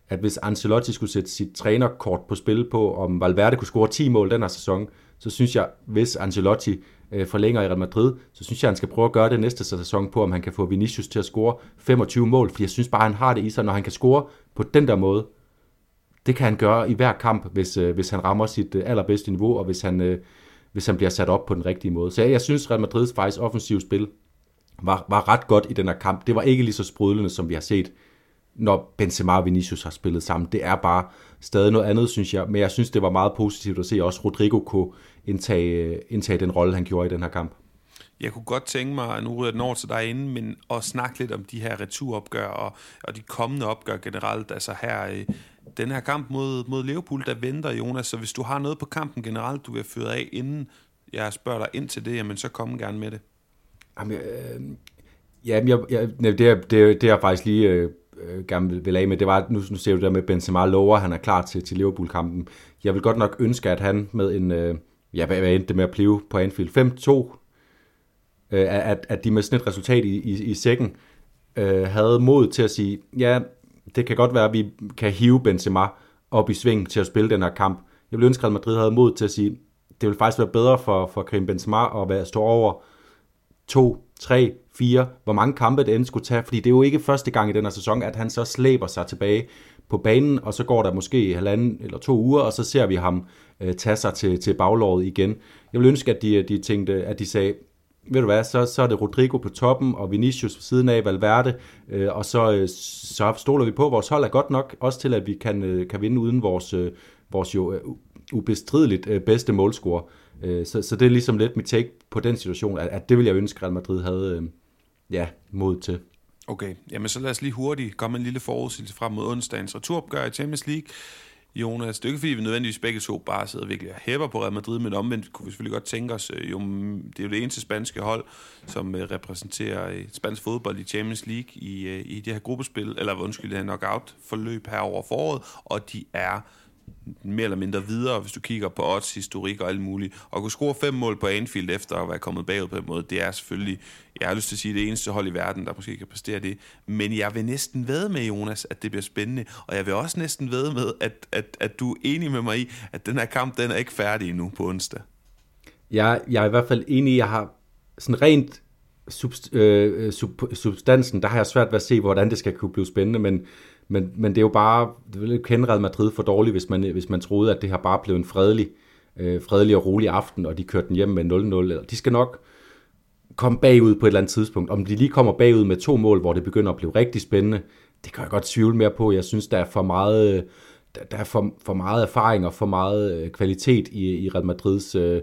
at hvis Ancelotti skulle sætte sit trænerkort på spil på, om Valverde kunne score ti mål den her sæson, så synes jeg, hvis Ancelotti øh, forlænger i Real Madrid, så synes jeg, han skal prøve at gøre det næste sæson på, om han kan få Vinicius til at score femogtyve mål, fordi jeg synes bare, han har det i sig, når han kan score på den der måde. Det kan han gøre i hver kamp, hvis, øh, hvis han rammer sit øh, allerbedste niveau, og hvis han, øh, hvis han bliver sat op på den rigtige måde. Så jeg, jeg synes, Real Madrids faktisk offensive spil var, var ret godt i den her kamp. Det var ikke lige så sprudlende, som vi har set, når Benzema og Vinicius har spillet sammen. Det er bare stadig noget andet, synes jeg. Men jeg synes, det var meget positivt at se, at også Rodrigo kunne indtage, indtage den rolle, han gjorde i den her kamp. Jeg kunne godt tænke mig, nu ryger den over til dig inden, men at snakke lidt om de her returopgør og, og de kommende opgør generelt. Altså her, den her kamp mod, mod Liverpool, der venter, Jonas. Så hvis du har noget på kampen generelt, du vil føre af, inden jeg spørger dig ind til det, jamen så kom gerne med det. Jamen, øh, ja, jeg, jeg, det, det, det er jeg faktisk lige øh, gerne vil, vil af med. Det var, nu, nu ser du der med Benzema lover, han er klar til, til Liverpool-kampen. Jeg vil godt nok ønske, at han med en, øh, ja, hvad endte det med at blive på Anfield, fem to, øh, at, at de med sådan et resultat i, i, i sækken, øh, havde mod til at sige, ja, det kan godt være, at vi kan hive Benzema op i sving til at spille den her kamp. Jeg vil ønske, at Real Madrid havde mod til at sige, det vil faktisk være bedre for, for Karim Benzema at være, stå over to, tre, fire, hvor mange kampe det end skulle tage, fordi det er jo ikke første gang i den her sæson, at han så slæber sig tilbage på banen, og så går der måske halvanden eller to uger, og så ser vi ham øh, tage sig til, til baglåret igen. Jeg vil ønske, at de, de tænkte, at de sagde, ved du hvad, så, så er det Rodrigo på toppen, og Vinicius ved siden af, Valverde, øh, og så, øh, så stoler vi på, at vores hold er godt nok, også til at vi kan, øh, kan vinde uden vores, øh, vores jo øh, ubestrideligt øh, bedste målscorer. Øh, så, så det er ligesom lidt mit take på den situation, at, at det vil jeg ønske, Real Madrid havde øh, ja, mod til. Okay, jamen så lad os lige hurtigt komme en lille forudsigelse frem mod onsdagens returopgør i Champions League. Jonas, det er ikke fordi, vi nødvendigvis begge to bare sidder virkelig og hæpper på Real Madrid, men omvendt kunne vi selvfølgelig godt tænke os, jo, det er jo det eneste spanske hold, som repræsenterer spansk fodbold i Champions League i, i det her gruppespil, eller undskyld, det her knockout-forløb her over foråret, og de er mere eller mindre videre, hvis du kigger på odds, historik og alt muligt. Og kunne score fem mål på Anfield efter at være kommet bagud på den måde, det er selvfølgelig, jeg har lyst til at sige, det eneste hold i verden, der måske kan præstere det. Men jeg vil næsten vædde med, Jonas, at det bliver spændende. Og jeg vil også næsten vædde med, at, at, at du er enig med mig i, at den her kamp, den er ikke færdig endnu på onsdag. Jeg, jeg er i hvert fald enig, jeg har sådan rent subst- øh, sub, substansen, der har jeg svært ved at se, hvordan det skal kunne blive spændende, men Men, men det er jo bare, det vil ikke kende Real Madrid for dårligt, hvis man, hvis man troede, at det her bare blev en fredelig, øh, fredelig og rolig aften, og de kørte den hjem med nul nul. De skal nok komme bagud på et eller andet tidspunkt. Om de lige kommer bagud med to mål, hvor det begynder at blive rigtig spændende, det kan jeg godt tvivle mere på. Jeg synes, der er for meget, der er for, for meget erfaring og for meget kvalitet i, i Real Madrids øh,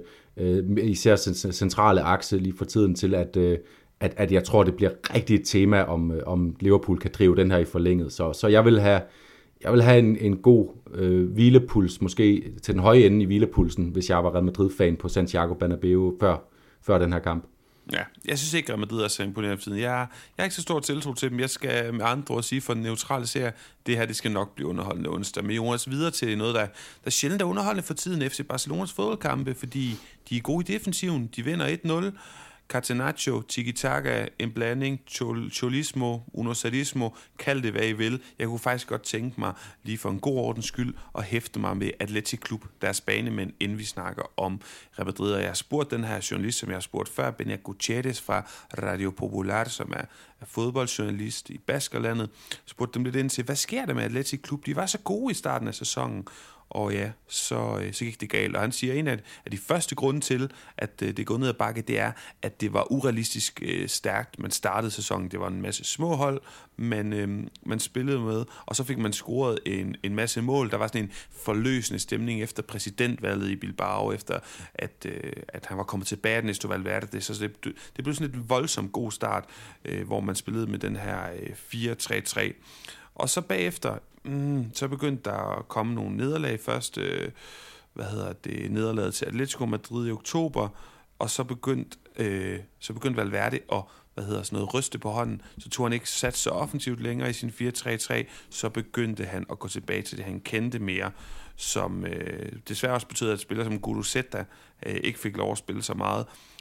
især centrale akse lige for tiden til, at øh, At, at jeg tror, det bliver rigtig et tema, om, om Liverpool kan drive den her i forlænget. Så, så jeg vil have, jeg vil have en, en god øh, hvilepuls, måske til den høje ende i hvilepulsen, hvis jeg var Real Madrid-fan på Santiago Bernabeu før, før den her kamp. Ja, jeg synes ikke, at Real Madrid er så imponerende for tiden. Jeg, jeg er ikke så stor tiltro til dem. Jeg skal med andre ord sige, for den neutrale serie, det her det skal nok blive underholdende onsdag. Men Jonas, videre til noget, der, der sjældent er underholdende for tiden, F C Barcelonas fodboldkampe, fordi de er gode i defensiven. De vinder et nul. Catenaccio, tiki-taka, en blanding, cholismo, unosadismo, kald det hvad I vil. Jeg kunne faktisk godt tænke mig, lige for en god ordens skyld, at hæfte mig med Athletic Club, deres banemænd, inden vi snakker om Real Madrid. Og jeg har spurgt den her journalist, som jeg har spurgt før, Beñat Gutierrez fra Radio Popular, som er, er fodboldjournalist i Baskerlandet, spurgte dem lidt ind til, hvad sker der med Athletic Club? De var så gode i starten af sæsonen. Og ja, så, så gik det galt. Og han siger, at en af de første grunde til, at det er gået ned ad bakke, det er, at det var urealistisk øh, stærkt. Man startede sæsonen, det var en masse små hold, man, øh, man spillede med, og så fik man scoret en, en masse mål. Der var sådan en forløsende stemning efter præsidentvalget i Bilbao, efter at, øh, at han var kommet tilbage, Ernesto Valverde. Så det, det blev sådan et voldsomt god start, øh, hvor man spillede med den her øh, fire tre tre. Og så bagefter, mm, så begyndte der at komme nogle nederlag først, øh, hvad hedder det, nederlaget til Atletico Madrid i oktober, og så begyndte, øh, så begyndte Valverde at, hvad hedder sådan noget, ryste på hånden, så tog han ikke sat så offensivt længere i sin fire tre tre, så begyndte han at gå tilbage til det, han kendte mere, som øh, desværre også betød, at spillere som Guruceta øh, ikke fik lov at spille så meget.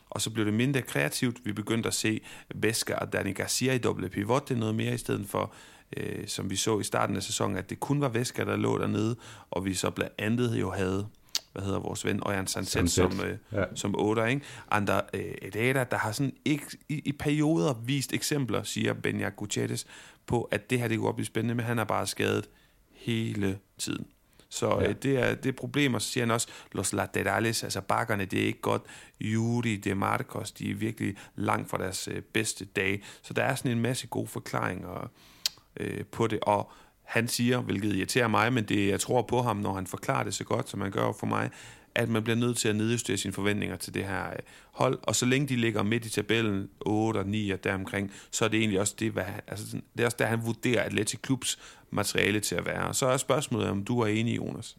og så blev det mindre kreativt. Vi begyndte at se Vesca og Dani Garcia i doble pivot, det er noget mere i stedet for, øh, som vi så i starten af sæsonen, at det kun var Vesca, der lå dernede, og vi så blandt andet jo havde, hvad hedder vores ven, Ojan Sanchez som, øh, ja. som otter, ikke? Andre øh, Edada, der har sådan ikke, i, i perioder vist eksempler, siger Beñat Gutierrez, på, at det her det kunne blive spændende, men han er bare skadet hele tiden. Så ja. øh, det, er, det er problemer, så siger han også, los laterales, altså bakkerne, det er ikke godt. Yuri, De Marcos, de er virkelig langt fra deres øh, bedste dage. Så der er sådan en masse gode forklaringer øh, på det, og han siger, hvilket irriterer mig, men det jeg tror på ham, når han forklarer det så godt, som han gør for mig, at man bliver nødt til at nedjustere sine forventninger til det her hold, og så længe de ligger midt i tabellen, otte og ni og deromkring, så er det egentlig også det, hvad, altså, det er også der, han vurderer Athletic Klubs materiale til at være. Og så er spørgsmålet, om du er enig, Jonas?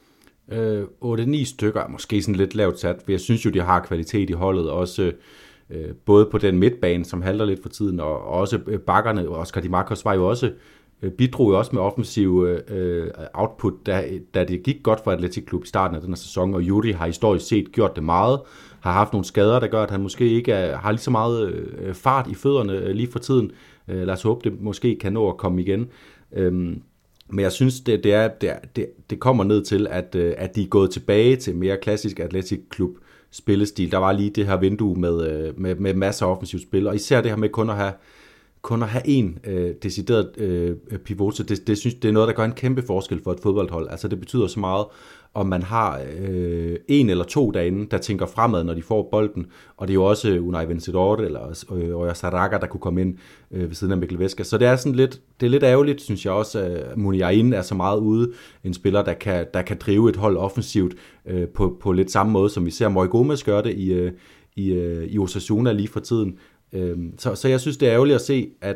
Øh, otte ni stykker er måske sådan lidt lavt sat, for jeg synes jo, de har kvalitet i holdet, også øh, både på den midtbane, som halter lidt for tiden, og også bakkerne, Oscar Di Marcos var jo også bidrog jo også med offensiv øh, output, da, da det gik godt for Athletic Klub i starten af den her sæson, og Yuri har historisk set gjort det meget, har haft nogle skader, der gør, at han måske ikke er, har lige så meget øh, fart i fødderne øh, lige for tiden. Øh, lad os håbe, det måske kan nå at komme igen. Øhm, men jeg synes, det, det, er, det, er, det, det kommer ned til, at, øh, at de er gået tilbage til mere klassisk Athletic Klub spillestil. Der var lige det her vindue med, øh, med, med masser af offensivt spil, og især det her med kun at have kun at have en øh, decideret øh, pivot, så det, det, synes, det er noget, der gør en kæmpe forskel for et fodboldhold. Altså det betyder så meget, om man har øh, en eller to derinde, der tænker fremad, når de får bolden, og det er jo også Unai Vencedor eller øh, Oya Saraga, der kunne komme ind øh, ved siden af Mikkel Vesca. Så det er sådan lidt, det er lidt ærgerligt, synes jeg også, at Muniain er så meget ude, en spiller, der kan, der kan drive et hold offensivt øh, på, på lidt samme måde, som vi ser Moi Gomes gøre det i, øh, i, øh, i Osasuna lige for tiden. Så, så jeg synes, det er ærgerligt at se, at,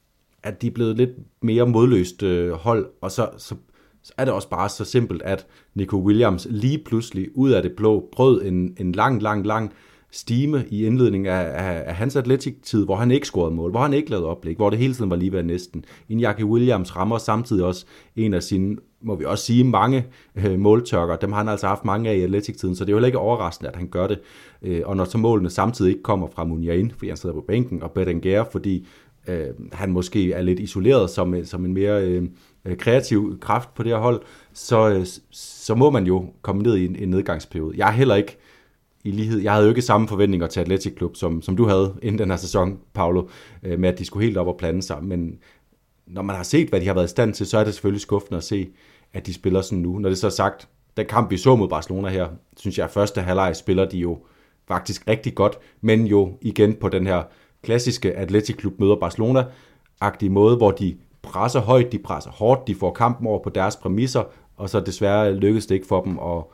at de er blevet lidt mere modløst øh, hold, og så, så, så er det også bare så simpelt, at Nico Williams lige pludselig ud af det blå brød en, en lang, lang, lang stime i indledningen af, af, af hans atletik-tid, hvor han ikke scorede mål, hvor han ikke lavede oplæg, hvor det hele tiden var lige ved næsten. Iñaki Williams rammer samtidig også en af sine, må vi også sige, mange øh, måltørker. Dem har han altså haft mange af i atletik-tiden, så det er jo heller ikke overraskende, at han gør det. Øh, og når så målene samtidig ikke kommer fra Muniain, fordi han sidder på bænken, og Berenguer, fordi øh, han måske er lidt isoleret som, som en mere øh, kreativ kraft på det her hold, så, øh, så må man jo komme ned i en, en nedgangsperiode. Jeg er heller ikke i lighed. Jeg havde jo ikke samme forventninger til Athletic Klub, som, som du havde inden den her sæson, Paolo, øh, med at de skulle helt op og plante sig. Men når man har set, hvad de har været i stand til, så er det selvfølgelig skuffende at se, at de spiller sådan nu. Når det så er sagt, den kamp, vi så mod Barcelona her, synes jeg, at første halvleg spiller de jo faktisk rigtig godt, men jo igen på den her klassiske Athletic Klub møder Barcelona-agtige måde, hvor de presser højt, de presser hårdt, de får kampen over på deres præmisser, og så desværre lykkedes det ikke for dem at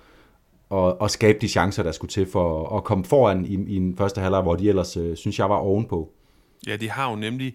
Og, og skabe de chancer, der skulle til for at komme foran i, i den første halvleg, hvor de ellers, øh, synes jeg, var ovenpå. Ja, de har jo nemlig,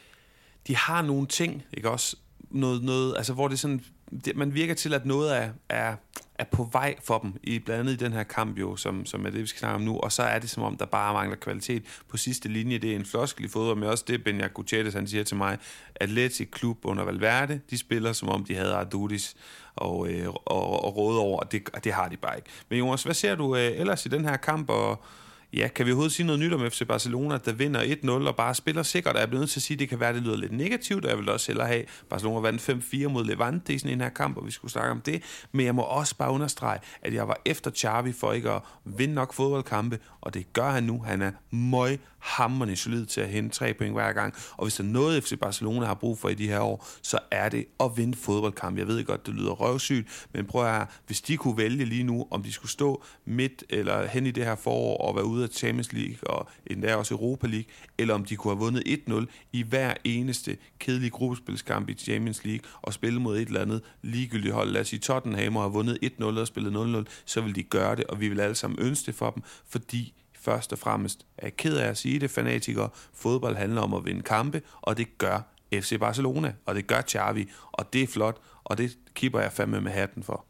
de har nogle ting, ikke også? Noget, noget, altså hvor det sådan, det, man virker til, at noget er, er, er på vej for dem, i, blandt andet i den her kamp jo, som, som er det, vi skal snakke om nu, og så er det som om, der bare mangler kvalitet på sidste linje. Det er en floskel i fodbold, men også det, Beñat Gutierrez, han siger til mig, Athletic Klub under Valverde, de spiller som om, de havde Ardudis og, øh, og, og råde over, og det, og det har de bare ikke. Men Jonas, hvad ser du øh, ellers i den her kamp, og ja, kan vi overhovedet sige noget nyt om F C Barcelona, der vinder et nul og bare spiller sikkert? Jeg er blevet nødt til at sige, at det kan være, at det lyder lidt negativt, og jeg vil også hellere have, Barcelona vandt fem fire mod Levante i sådan en her kamp, og vi skulle snakke om det. Men jeg må også bare understrege, at jeg var efter Xavi for ikke at vinde nok fodboldkampe, og det gør han nu. Han er møg hammerende solid til at hente tre point hver gang, og hvis der er noget, F C Barcelona har brug for i de her år, så er det at vinde fodboldkampe. Jeg ved godt, det lyder røvsygt, men prøv at høre, hvis de kunne vælge lige nu, om de skulle stå midt eller hen i det her forår og være ude af Champions League og endda også Europa League, eller om de kunne have vundet et nul i hver eneste kedelige gruppespilskamp i Champions League og spille mod et eller andet ligegyldigt hold. Lad os sige, Tottenham har vundet et nul og spillet nul nul, så vil de gøre det, og vi vil alle sammen ønske det for dem, fordi først og fremmest er jeg ked af at sige det, fanatikere. Fodbold handler om at vinde kampe, og det gør F C Barcelona, og det gør Xavi, og det er flot, og det kipper jeg fandme med hatten for.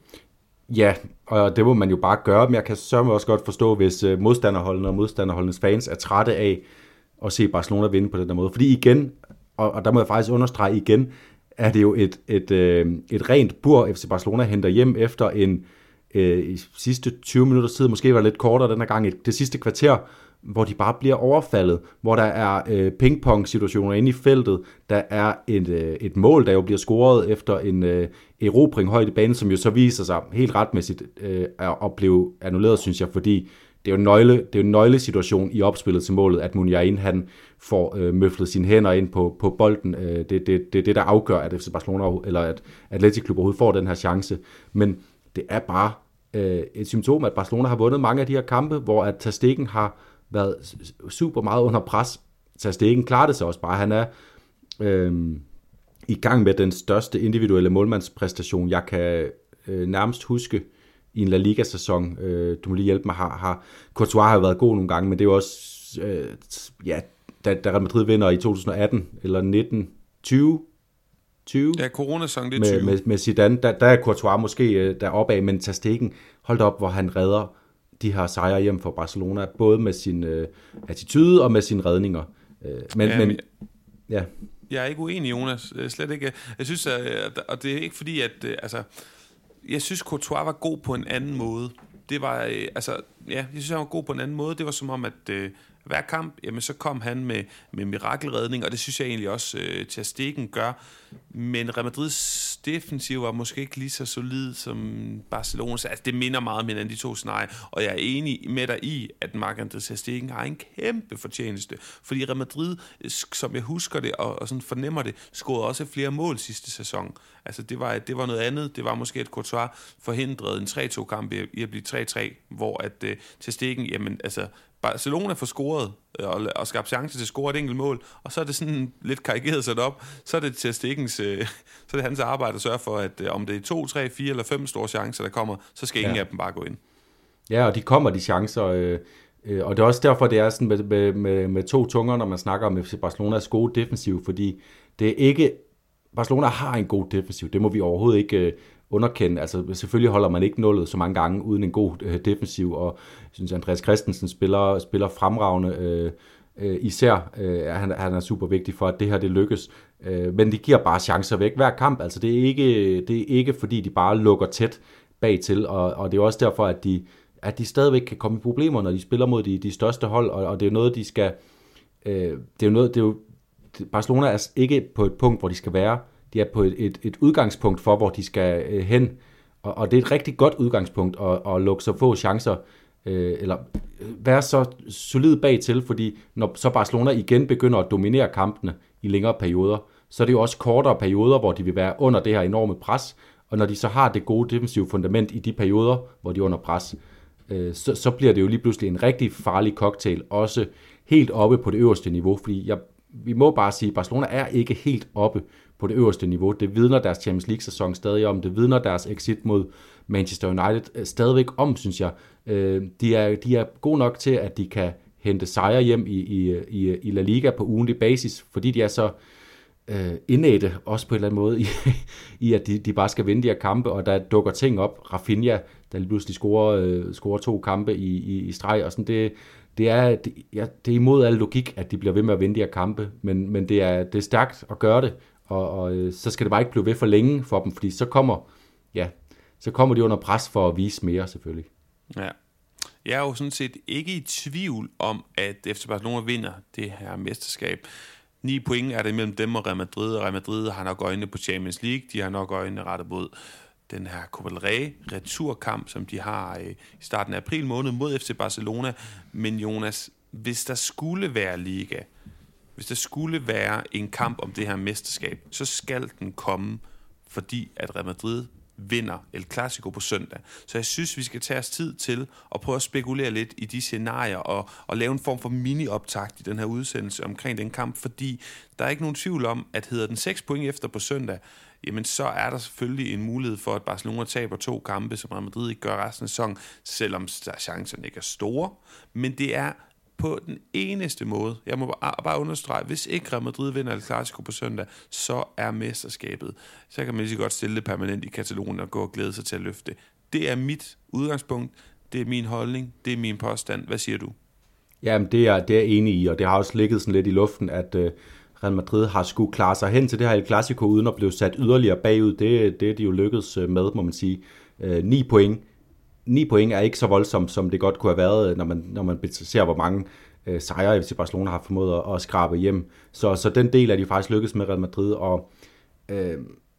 Ja, og det må man jo bare gøre, men jeg kan sørme også godt forstå, hvis modstanderholdene og modstanderholdenes fans er trætte af at se Barcelona vinde på den der måde. Fordi igen, og der må jeg faktisk understrege igen, er det jo et, et, et rent bur, F C Barcelona henter hjem efter en øh, i sidste tyve minutter tid, måske var det lidt kortere den her gang, det sidste kvarter, hvor de bare bliver overfaldet, hvor der er øh, pingpong-situationer inde i feltet, der er et, øh, et mål, der jo bliver scoret efter en øh, erobring højt i banen, som jo så viser sig helt retmæssigt øh, at blive annulleret, synes jeg, fordi det er jo en nøgle, det er jo en nøglesituation i opspillet til målet, at Muniain, han får øh, møflet sine hænder ind på, på bolden. Øh, det er det, det, det, der afgør, at F C Barcelona, eller at Athletic Club overhovedet får den her chance. Men det er bare øh, et symptom, at Barcelona har vundet mange af de her kampe, hvor at Ter Stegen har været super meget under pres. Ter Stegen klarer det sig også bare. Han er øh, i gang med den største individuelle målmandspræstation, jeg kan øh, nærmest huske i en La Liga-sæson. Øh, du må lige hjælpe mig. Har, har Courtois har jo været god nogle gange, men det er jo også, øh, ja, da, da Real Madrid vinder i to tusind atten eller nitten tyve. tyve Ja, coronasæson, det er med, tyve. med, med Zidane, der, der er Courtois måske øh, deroppe af, men Ter Stegen holdt op, hvor han redder de her sejre hjem for Barcelona, både med sin øh, attitude og med sine redninger. Øh, men, ja, men, ja. Jeg er ikke uenig, Jonas. Slet ikke. Jeg synes, at, og det er ikke fordi, at altså, jeg synes, Courtois var god på en anden måde. Det var, altså, ja, jeg synes, han var god på en anden måde. Det var som om, at øh, hver kamp, jamen, så kom han med, med mirakelredning, og det synes jeg egentlig også, øh, Ter Stegen gør. Men Real Madrids defensiv var måske ikke lige så solid som Barcelonas. Altså, det minder meget mere end de to scenarier, og jeg er enig med dig i, at Marc-André Ter Stegen har en kæmpe fortjeneste. Fordi Real Madrid, som jeg husker det, og, og sådan fornemmer det, scorede også flere mål sidste sæson. Altså, det var, det var noget andet. Det var måske, at Courtois forhindrede en tre-to-kamp i at blive tre-tre, hvor at uh, Ter Stegen, jamen, altså, Barcelona får scoret og, og skabt chance til at score et enkelt mål, og så er det sådan lidt karikeret sat op, så er det Ter Stegens, øh, så er det hans arbejde at sørge for, at øh, om det er to, tre, fire eller fem store chancer, der kommer, så skal ingen ja. af dem bare gå ind. Ja, og de kommer, de chancer, øh, øh, og det er også derfor, det er sådan med, med, med, med to tunger, når man snakker om F C Barcelonas gode defensiv, fordi det er ikke, Barcelona har en god defensiv, det må vi overhovedet ikke øh, underkende. Altså selvfølgelig holder man ikke nullet så mange gange uden en god øh, defensiv, og jeg synes, Andreas Christensen spiller, spiller fremragende. Øh, øh, især øh, han, han er super vigtig for, at det her det lykkes. Øh, men de giver bare chancer væk hver kamp. Altså det er ikke, det er ikke fordi, de bare lukker tæt bagtil, og, og det er også derfor, at de, at de stadigvæk kan komme i problemer, når de spiller mod de, de største hold, og, og det er noget, de skal... Øh, det er jo noget, det er jo, Barcelona er ikke på et punkt, hvor de skal være. De er på et, et, et udgangspunkt for, hvor de skal øh, hen, og, og det er et rigtig godt udgangspunkt at, at lukke så få chancer, øh, eller være så solid bagtil, fordi når så Barcelona igen begynder at dominere kampene i længere perioder, så er det jo også kortere perioder, hvor de vil være under det her enorme pres, og når de så har det gode defensive fundament i de perioder, hvor de er under pres, øh, så, så bliver det jo lige pludselig en rigtig farlig cocktail, også helt oppe på det øverste niveau, fordi jeg, vi må bare sige, at Barcelona er ikke helt oppe på det øverste niveau. Det vidner deres Champions League-sæson stadig om. Det vidner deres exit mod Manchester United stadigvæk om, synes jeg. De er, de er gode nok til, at de kan hente sejre hjem i, i, i, i La Liga på ugentlig basis, fordi de er så øh, indædte, også på en eller anden måde, i, i at de, de bare skal vinde de her kampe, og der dukker ting op. Rafinha, der lige pludselig scorer, øh, scorer to kampe i, i, i streg, og sådan det... Det er, det, ja, det er imod al logik, at de bliver ved med at vinde de her kampe, men, men det, er, det er stærkt at gøre det, og, og så skal det bare ikke blive ved for længe for dem, fordi så kommer, ja, så kommer de under pres for at vise mere, selvfølgelig. Ja. Jeg er jo sådan set ikke i tvivl om, at F C Barcelona vinder det her mesterskab. Ni point er det mellem dem og Real Madrid, og Real Madrid har nok øjnene på Champions League, de har nok øjnene rettet mod den her Copa del Rey returkamp, som de har i starten af april måned mod F C Barcelona. Men Jonas, hvis der skulle være liga, hvis der skulle være en kamp om det her mesterskab, så skal den komme, fordi at Real Madrid vinder El Clasico på søndag. Så jeg synes, vi skal tage os tid til at prøve at spekulere lidt i de scenarier og, og lave en form for mini-optakt i den her udsendelse omkring den kamp, fordi der er ikke nogen tvivl om, at hedder den seks point efter på søndag, jamen så er der selvfølgelig en mulighed for, at Barcelona taber to kampe, som Real Madrid ikke gør resten af sæsonen, selvom chancerne ikke er store. Men det er på den eneste måde, jeg må bare understrege, hvis ikke Real Madrid vinder El Clasico på søndag, så er mesterskabet. Så kan man lige så godt stille det permanent i Katalonien og gå og glæde sig til at løfte. Det er mit udgangspunkt, det er min holdning, det er min påstand. Hvad siger du? Jamen, det er, det er jeg enig i, og det har også ligget sådan lidt i luften, at uh, Real Madrid har skulle klare sig hen til det her El Clasico, uden at blive sat yderligere bagud. Det, det er de jo lykkedes med, må man sige. Uh, ni point ni point er ikke så voldsomt, som det godt kunne have været, når man, når man ser, hvor mange øh, sejre F C Barcelona har formået at, at skrabe hjem. Så, så den del er de faktisk lykkedes med Real Madrid, og øh,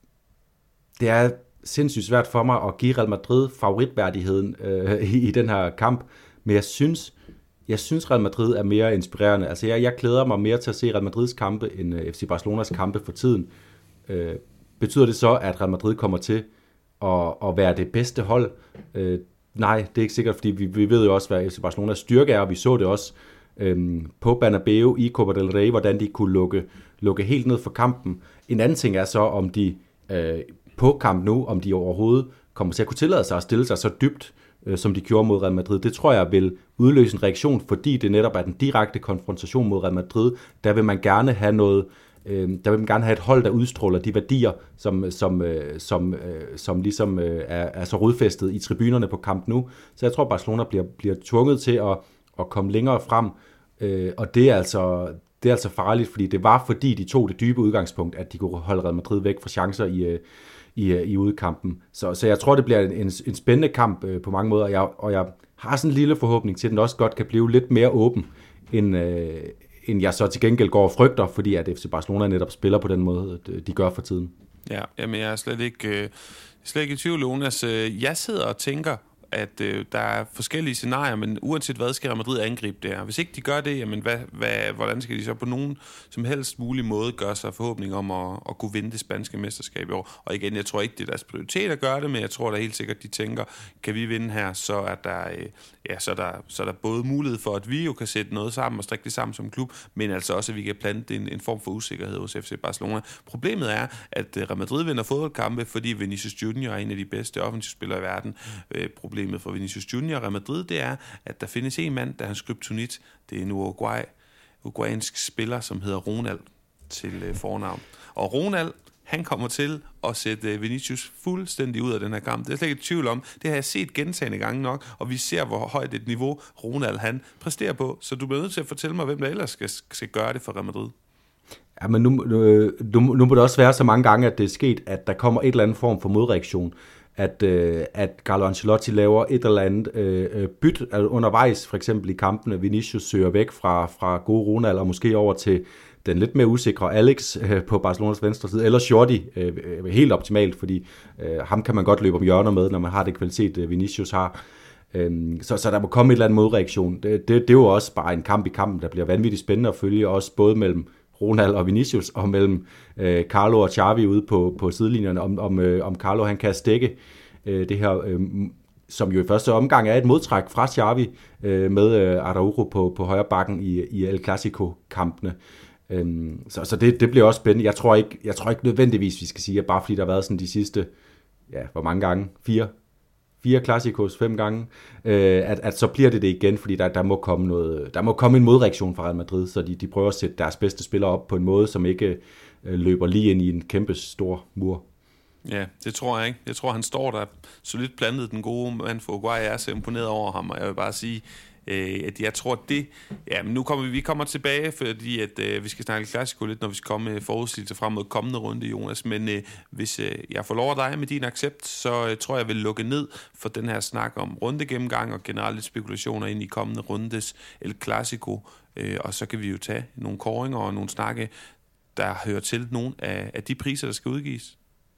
det er sindssygt svært for mig at give Real Madrid favoritværdigheden øh, i, i den her kamp, men jeg synes, jeg synes Real Madrid er mere inspirerende. Altså jeg, jeg glæder mig mere til at se Real Madrids kampe end øh, F C Barcelonas kampe for tiden. Øh, betyder det så, at Real Madrid kommer til at, at være det bedste hold? Øh, nej, det er ikke sikkert, fordi vi, vi ved jo også, hvad F C Barcelonas styrke er, og vi så det også øh, på Bernabeu i Copa del Rey, hvordan de kunne lukke, lukke helt ned for kampen. En anden ting er så, om de øh, på kamp nu, om de overhovedet kommer til at kunne tillade sig at stille sig så dybt, øh, som de gjorde mod Real Madrid. Det tror jeg vil udløse en reaktion, fordi det netop er den direkte konfrontation mod Real Madrid. Der vil man gerne have noget, øh, der vil man gerne have et hold, der udstråler de værdier, som, som, øh, som, øh, som ligesom øh, er, er så rodfæstet i tribunerne på Camp Nou. Så jeg tror, Barcelona bliver, bliver tvunget til at, at komme længere frem, øh, og det er altså det er altså farligt, fordi det var fordi de tog det dybe udgangspunkt, at de kunne holde Real Madrid væk fra chancer i i, i udkampen. Så, så jeg tror, det bliver en, en spændende kamp øh, på mange måder, og jeg, og jeg har sådan en lille forhåbning til, at den også godt kan blive lidt mere åben, end, øh, end jeg så til gengæld går og frygter, fordi at F C Barcelona netop spiller på den måde, de gør for tiden. Ja, jamen jeg er slet ikke, øh, slet ikke i tvivl, Jonas. Jeg sidder og tænker, at øh, der er forskellige scenarier, men uanset hvad skal Real Madrid angribe det her. Hvis ikke de gør det, jamen hvad, hvad, hvordan skal de så på nogen som helst mulig måde gøre sig forhåbning om at, at kunne vinde det spanske mesterskab i år? Og igen, jeg tror ikke, det er deres prioritet at gøre det, men jeg tror da helt sikkert, de tænker, kan vi vinde her, så er der, øh, ja, så er der, så er der både mulighed for, at vi jo kan sætte noget sammen og strikke det sammen som klub, men altså også, at vi kan plante en, en form for usikkerhed hos F C Barcelona. Problemet er, at Real Madrid vinder fodboldkampe, fordi Vinicius Junior er en af de bedste offensivspillere i verden. Øh, Problemet for Vinicius Junior og Real Madrid, det er, at der findes en mand, der er hans kryptonit. Det er en Uruguay, uruguayansk spiller, som hedder Ronald til øh, fornavn. Og Ronald, han kommer til at sætte øh, Vinicius fuldstændig ud af den her kamp. Det er slet ikke et tvivl om. Det har jeg set gentagne gange nok, og vi ser, hvor højt et niveau Ronald han præsterer på. Så du bliver nødt til at fortælle mig, hvem der ellers skal, skal gøre det for Real Madrid. Ja, men nu, nu, nu må det også være så mange gange, at det er sket, at der kommer et eller andet form for modreaktion. At, øh, at Carlo Ancelotti laver et eller andet øh, byt altså undervejs, for eksempel i kampene. Vinicius søger væk fra, fra gode Ronald, og måske over til den lidt mere usikre Alex øh, på Barcelonas venstre side, eller Shorty, øh, helt optimalt, fordi øh, ham kan man godt løbe om hjørner med, når man har det kvalitet, øh, Vinicius har. Øh, så, så der må komme et eller andet modreaktion. Det, det, det er jo også bare en kamp i kampen, der bliver vanvittigt spændende at følge, også både mellem Ronald og Vinicius, og mellem øh, Carlo og Xavi ude på, på sidelinjerne, om, om, øh, om Carlo han kan stikke øh, det her, øh, som jo i første omgang er et modtræk fra Xavi øh, med øh, Araujo på, på højre bakken i, i El Clasico-kampene. Øh, så så det, det bliver også spændende. Jeg tror, ikke, jeg tror ikke nødvendigvis, vi skal sige, at bare fordi der har været sådan de sidste, ja, hvor mange gange? Fire? Fire Classicos, fem gange, øh, at, at så bliver det det igen, fordi der, der, må komme noget, der må komme en modreaktion fra Real Madrid, så de, de prøver at sætte deres bedste spillere op på en måde, som ikke øh, løber lige ind i en kæmpe stor mur. Ja, det tror jeg ikke. Jeg tror, han står der solidt plantet, den gode mand for Uruguay. Jeg er så imponeret over ham, og jeg vil bare sige, øh, at jeg tror, det... Ja, men nu kommer vi, vi kommer tilbage, fordi at, øh, vi skal snakke Clasico lidt, når vi skal komme med forudsigelse frem mod kommende runde, Jonas. Men øh, hvis øh, jeg får lov af dig med din accept, så øh, tror jeg, jeg vil lukke ned for den her snak om rundegennemgang og generelle spekulationer ind i kommende rundes El Clasico. Øh, og så kan vi jo tage nogle kåringer og nogle snakke, der hører til nogle af, af de priser, der skal udgives.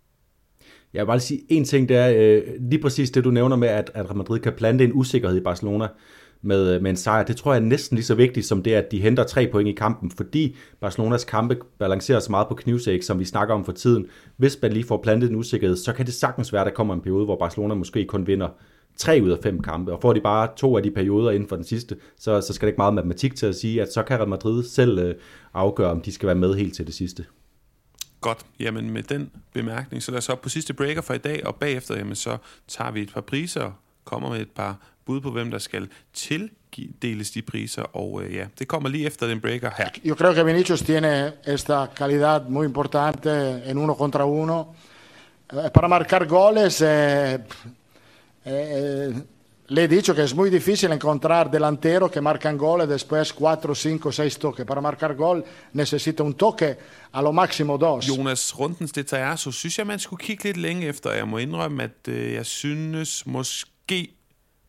Jeg vil bare sige en ting, det er øh, lige præcis det, du nævner med, at, at Real Madrid kan plante en usikkerhed i Barcelona med, med en sejr. Det tror jeg er næsten lige så vigtigt som det, at de henter tre point i kampen, fordi Barcelonas kampe balancerer så meget på knivsæg, som vi snakker om for tiden. Hvis man lige får plantet en usikkerhed, så kan det sagtens være, at der kommer en periode, hvor Barcelona måske kun vinder tre ud af fem kampe, og får de bare to af de perioder inden for den sidste, så, så skal det ikke meget matematik til at sige, at så kan Real Madrid selv øh, afgøre, om de skal være med helt til det sidste. Godt, jamen med den bemærkning, så lad os op på sidste breaker for i dag, og bagefter jamen, så tager vi et par priser, kommer med et par bud på, hvem der skal tildeles de priser, og øh, ja, det kommer lige efter den breaker her. Yo creo que Vinicius tiene esta calidad muy importante en uno contra uno. Para marcar goles, eh, eh, le he dicho que es muy difícil encontrar delanteros que marcan goles después cuatro, cinco, seis toques. Para marcar gol necesita un toque, a lo máximo dos. Jonas, rundens detajer, så synes jeg, man skulle kigge lidt længe efter. Jeg må indrømme, at øh, jeg synes måske,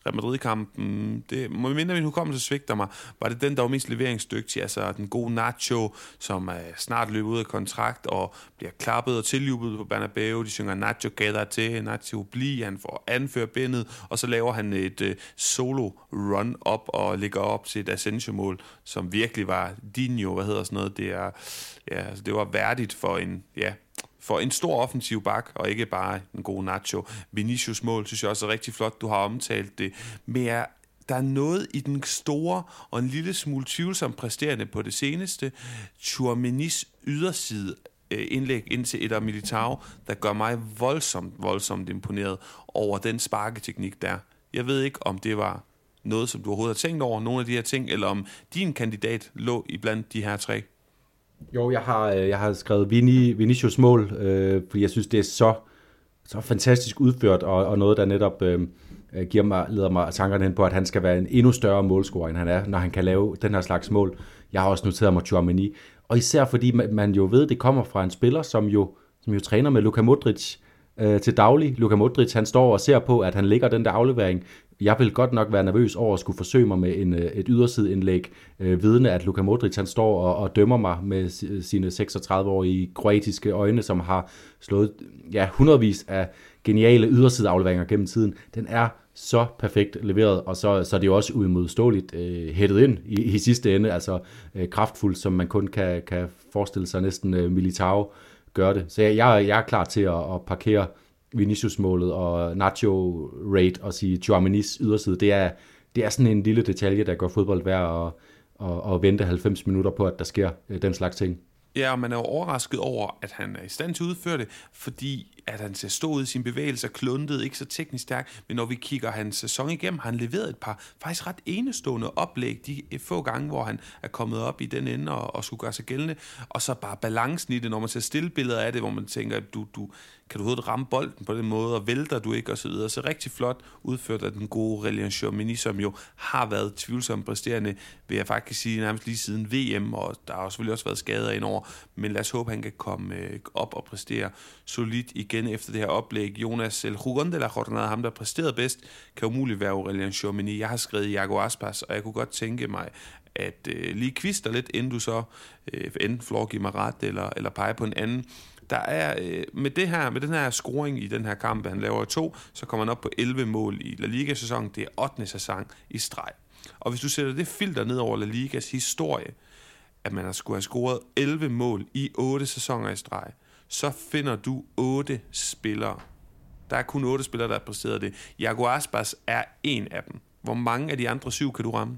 Real Madrid-kampen, det må mindre min hukommelse svigter mig, var det den, der var mest leveringsdygtig, altså den gode Nacho, som er snart løbet ud af kontrakt og bliver klappet og tiljublet på Bernabeu. De synger Nacho quédate, Nacho bliv, han får anført bindet, og så laver han et uh, solo run op og ligger op til et Asensio-mål, som virkelig var Dino, hvad hedder sådan noget, det er, ja, altså det var værdigt for en, ja, for en stor offensiv bak, og ikke bare en god Nacho. Vinicius mål, synes jeg også er rigtig flot, du har omtalt det. Men jeg, der er noget i den store og en lille smule tvivlsomt præsterende på det seneste. Tchouaménis yderside indlæg ind til Eder Militao, der gør mig voldsomt, voldsomt imponeret over den sparketeknik der. Jeg ved ikke, om det var noget, som du overhovedet har tænkt over, nogle af de her ting, eller om din kandidat lå iblandt de her tre. Jo, jeg har, jeg har skrevet Vini, Vinicius mål, øh, fordi jeg synes, det er så, så fantastisk udført, og, og noget, der netop øh, giver mig, leder mig tankerne hen på, at han skal være en endnu større målscorer, end han er, når han kan lave den her slags mål. Jeg har også noteret mig Tchouaméni, og især fordi man, man jo ved, det kommer fra en spiller, som jo, som jo træner med Luka Modric øh, til daglig. Luka Modric, han står og ser på, at han lægger den der aflevering. Jeg vil godt nok være nervøs over at skulle forsøge mig med en, et ydersideindlæg, øh, vidende at Luka Modric han står og, og dømmer mig med sine seksogtredive-årige kroatiske øjne, som har slået ja, hundredvis af geniale ydersideafleveringer gennem tiden. Den er så perfekt leveret, og så, så er det jo også uimodståeligt øh, hættet ind i, i sidste ende, altså øh, kraftfuldt, som man kun kan, kan forestille sig næsten øh, Militao gør det. Så jeg, jeg, jeg er klar til at, at parkere Vinicius-målet og Nacho-rate og sige Tchouaménis yderside. Det er, det er sådan en lille detalje, der gør fodbold værd at, at, at vente halvfems minutter på, at der sker den slags ting. Ja, og man er jo overrasket over, at han er i stand til at udføre det, fordi at han ser stå ud i sin bevægelse og kluntet, ikke så teknisk stærk, men når vi kigger hans sæson igennem, har han leveret et par faktisk ret enestående oplæg, de få gange, hvor han er kommet op i den ende og, og skulle gøre sig gældende, og så bare balancen i det, når man ser stille billeder af det, hvor man tænker, at du, du, kan du overhovedet ramme bolden på den måde, og vælter du ikke, og så videre. Så rigtig flot udført af den gode Aurélien Tchouaméni, som jo har været tvivlsomt præsterende, vil jeg faktisk sige, nærmest lige siden V M, og der har selvfølgelig også været skader indover, men lad os håbe, han kan komme op og præstere solidt igen efter det her oplæg. Jonas, El Jugón de la Jornada, ham der præsterede bedst, kan umuligt være Aurélien Tchouaméni. Jeg har skrevet Iago Aspas, og jeg kunne godt tænke mig, at øh, lige kvister lidt, inden du så øh, enten får give mig ret, eller, eller pege på en anden. Der er øh, med det her, med den her scoring i den her kamp, han laver to, så kommer han op på elleve mål i La Liga-sæsonen. Det er ottende sæson i streg. Og hvis du sætter det filter ned over La Ligas historie, at man har skulle have scoret elleve mål i otte sæsoner i streg, så finder du otte spillere. Der er kun otte spillere, der har præsteret det. Iago Aspas er en af dem. Hvor mange af de andre syv kan du ramme?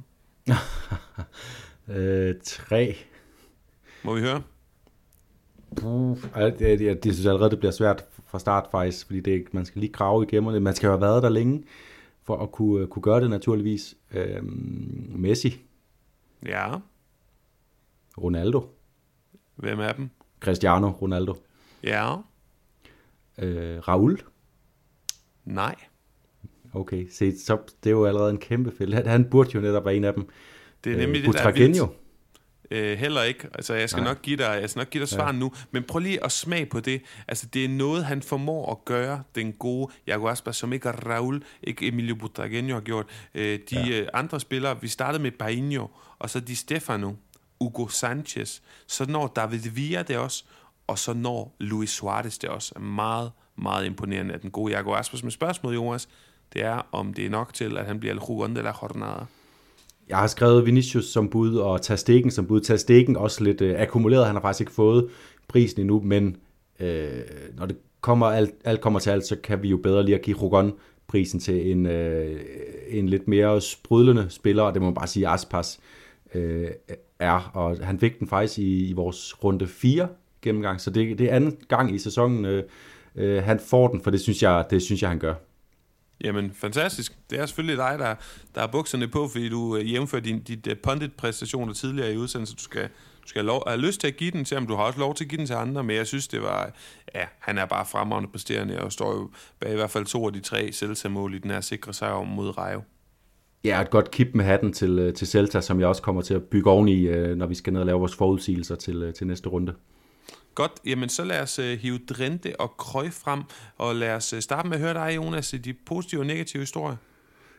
øh, tre. Må vi høre? Puh, det, det, det synes jeg allerede, det bliver svært fra start faktisk, fordi det, man skal lige grave i gemmerne. Man skal jo have været der længe for at kunne, kunne gøre det naturligvis. Øhm, Messi. Ja. Ronaldo. Hvem er dem? Cristiano Ronaldo. Ja. Øh, Raul. Nej. Okay, se, så det er jo allerede en kæmpe fælde. Han, han burde jo netop være en af dem. Det er nemlig øh, det, der er vildt. Øh, heller ikke. Altså, jeg skal Nej. nok give dig, jeg skal nok give dig svaren ja. nu, men prøv lige at smage på det. Altså, det er noget, han formår at gøre, den gode Iago Aspas, som ikke Raul, ikke Emilio Butragueño har gjort. Øh, de ja. andre spillere, vi startede med Painho, og så Di Stefano, Hugo Sanchez, så når David Villa det også, og så når Luis Suarez det også. Er meget, meget imponerende af den gode Iago Aspas. Men spørgsmålet, Jonas, det er, om det er nok til, at han bliver El Jugón de la Jornada. Jeg har skrevet Vinicius som bud, og Ter Stegen som bud. Ter Stegen også lidt øh, akkumuleret. Han har faktisk ikke fået prisen endnu, men øh, når det kommer alt, alt kommer til alt, så kan vi jo bedre lige at give Jugón prisen til en, øh, en lidt mere sprudlende spiller, og det må man bare sige, Aspas øh, er. Og han fik den faktisk i, i vores runde fire gennemgang, så det, det er anden gang i sæsonen, øh, øh, han får den, for det synes jeg, det synes jeg han gør. Jamen, fantastisk. Det er selvfølgelig dig, der, der har bukserne på, fordi du jævnfører din, dit pundit-præstationer tidligere i udsendelsen. Du skal, du skal have, lov, have lyst til at give den til ham. Du har også lov til at give den til andre, men jeg synes, det var... Ja, han er bare fremragende præsterende, og står jo bag i hvert fald to af de tre Celta-mål i den her sikre sejr mod Rayo. Ja, et godt kip med hatten til, til Celta, som jeg også kommer til at bygge oveni, når vi skal ned og lave vores forudsigelser til, til næste runde. Godt, jamen så lad os uh, hive Drente og Krøj frem, og lad os uh, starte med at høre dig, Jonas, de positive og negative historier.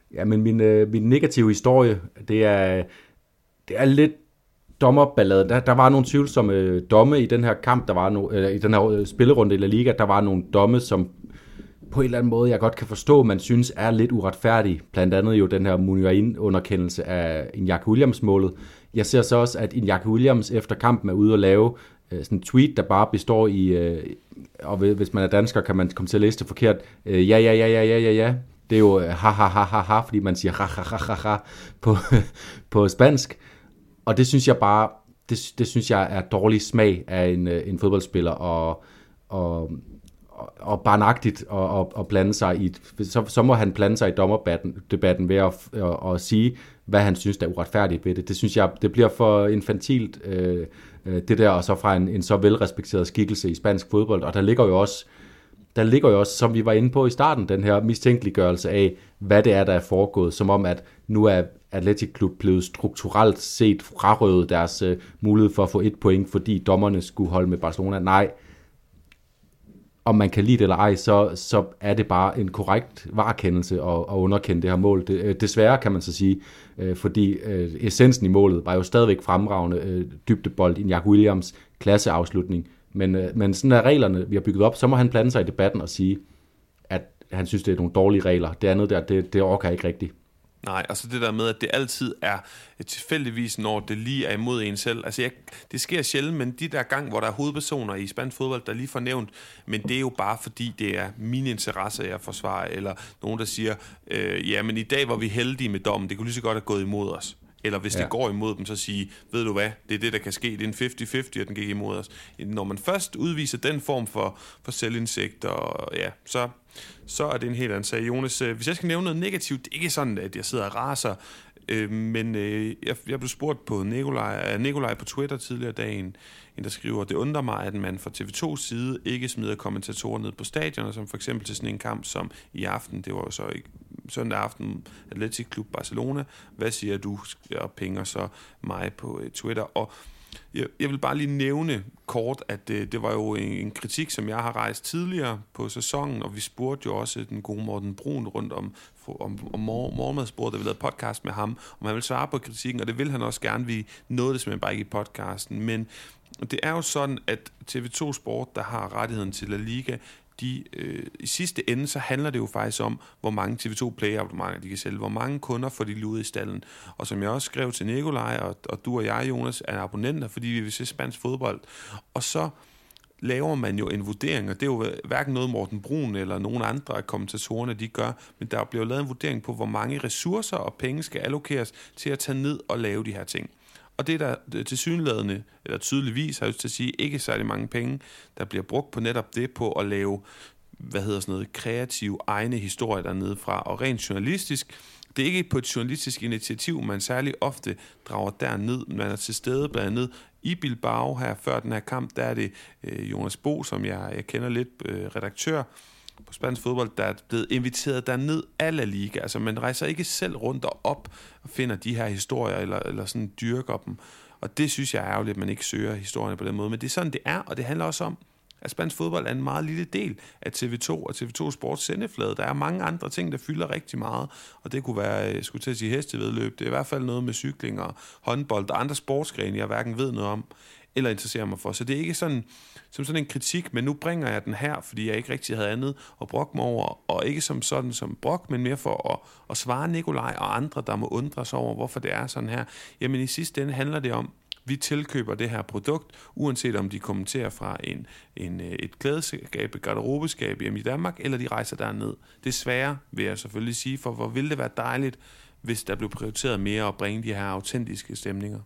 Ja, men min, øh, min negative historie, det er, det er lidt dommerballaden. Der, der var nogle tvivlsomme øh, domme i den her kamp, der var no, øh, i den her øh, spillerunde i La Liga, der var nogle domme, som på en eller anden måde, jeg godt kan forstå, man synes er lidt uretfærdige. Blandt andet jo den her Muniain-underkendelse af Iñaki Williams-målet. Jeg ser så også, at Iñaki Williams efter kampen er ude og lave øh, sådan en tweet, der bare består i, øh, og hvis man er dansker, kan man komme til at læse det forkert, øh, ja, ja, ja, ja, ja, ja, ja. Det er jo ha, ha, ha, ha, ha, fordi man siger ha, ha, ha, ha, ha på, på spansk. Og det synes jeg bare, det, det synes jeg er dårlig smag af en, en fodboldspiller, og, og, og barnagtigt at, at, at blande sig i, så, så må han blande sig i dommerdebatten ved at, at, at sige, hvad han synes der er uretfærdigt ved det. Det synes jeg, det bliver for infantilt, øh, det der, og så fra en, en så velrespekteret skikkelse i spansk fodbold. Og der ligger jo også, der ligger jo også, som vi var inde på i starten, den her mistænkeliggørelse af, hvad det er, der er foregået, som om, at nu er Athletic Club blevet strukturelt set frarøvet deres øh, mulighed for at få et point, fordi dommerne skulle holde med Barcelona. Nej, om man kan lide det eller ej, så, så er det bare en korrekt varekendelse at, at underkende det her mål. Det, øh, desværre kan man så sige, øh, fordi øh, essensen i målet var jo stadigvæk fremragende øh, dybdebold i Iñaki Williams klasseafslutning. Men, øh, men sådan er reglerne, vi har bygget op, så må han blande sig i debatten og sige, at han synes, det er nogle dårlige regler. Det andet der, det, det orker jeg ikke rigtigt. Nej, altså det der med, at det altid er tilfældigvis, når det lige er imod en selv. Altså jeg, det sker sjældent, men de der gang, hvor der er hovedpersoner i spansk fodbold, der lige får nævnt, men det er jo bare fordi, det er mine interesser, jeg forsvarer, eller nogen, der siger, øh, ja, men i dag var vi heldige med dommen, det kunne lige så godt have gået imod os. Eller hvis ja. det går imod dem, så sige, ved du hvad, det er det, der kan ske. Det er en halvtreds halvtreds, at den gik imod os. Når man først udviser den form for, for selvindsigt, og ja, så, så er det en helt anden sag. Jonas, hvis jeg skal nævne noget negativt, det er ikke sådan, at jeg sidder og raser, øh, men øh, jeg, jeg blev spurgt på Nikolaj, Nikolaj på Twitter tidligere dagen, en der skriver, det undrer mig, at man fra T V to's side ikke smider kommentatorer ned på stadioner, som for eksempel til sådan en kamp som i aften, det var jo så ikke søndag aften, Athletic Club Barcelona. Hvad siger du? Og pinger så mig på uh, Twitter. Og jeg, jeg vil bare lige nævne kort, at uh, det var jo en, en kritik, som jeg har rejst tidligere på sæsonen, og vi spurgte jo også den gode Morten Brun rundt om, om, om mor, morgenmadsbordet, da vi lavede podcast med ham, om han vil svare på kritikken, og det vil han også gerne. Vi nåede det simpelthen bare ikke i podcasten, men det er jo sådan, at T V to Sport, der har rettigheden til La Liga, de, øh, i sidste ende, så handler det jo faktisk om, hvor mange T V to Play-abonnementer de kan sælge, hvor mange kunder får de luet i stallen. Og som jeg også skrev til Nikolaj, og, og du og jeg, Jonas, er abonnenter, fordi vi vil se spansk fodbold. Og så laver man jo en vurdering, og det er jo hverken noget Morten Brun eller nogen andre af kommentatorerne, de gør, men der bliver lavet en vurdering på, hvor mange ressourcer og penge skal allokeres til at tage ned og lave de her ting. Og det er der tilsyneladende, eller tydeligvis, har jeg lyst til at sige, ikke særlig mange penge, der bliver brugt på netop det, på at lave, hvad hedder sådan noget, kreative egne historier dernede fra. Og rent journalistisk, det er ikke på et journalistisk initiativ, man særlig ofte drager derned. Man er til stede blandt andet i Bilbao her før den her kamp, der er det øh, Jonas Bo, som jeg, jeg kender lidt, øh, redaktør på spansk fodbold, der er blevet inviteret derned af La Liga. Altså man rejser ikke selv rundt og op og finder de her historier, eller, eller sådan dyrker dem. Og det synes jeg er ærgerligt, at man ikke søger historierne på den måde. Men det er sådan, det er, og det handler også om, at spansk fodbold er en meget lille del af T V to og T V to Sports sendeflade. Der er mange andre ting, der fylder rigtig meget, og det kunne være, jeg skulle til at sige hestevedløb, det er i hvert fald noget med cykling og håndbold og andre sportsgrene, jeg hverken ved noget om, eller interesserer mig for. Så det er ikke sådan, som sådan en kritik, men nu bringer jeg den her, fordi jeg ikke rigtig havde andet at brokke mig over, og ikke som sådan som brok, men mere for at, at svare Nikolaj og andre, der må undre sig over, hvorfor det er sådan her. Jamen i sidste ende handler det om, vi tilkøber det her produkt, uanset om de kommenterer fra en, en, et klædeskab, et garderobeskab hjemme i Danmark, eller de rejser derned. Desværre vil jeg selvfølgelig sige, for hvor ville det være dejligt, hvis der blev prioriteret mere at bringe de her autentiske stemninger.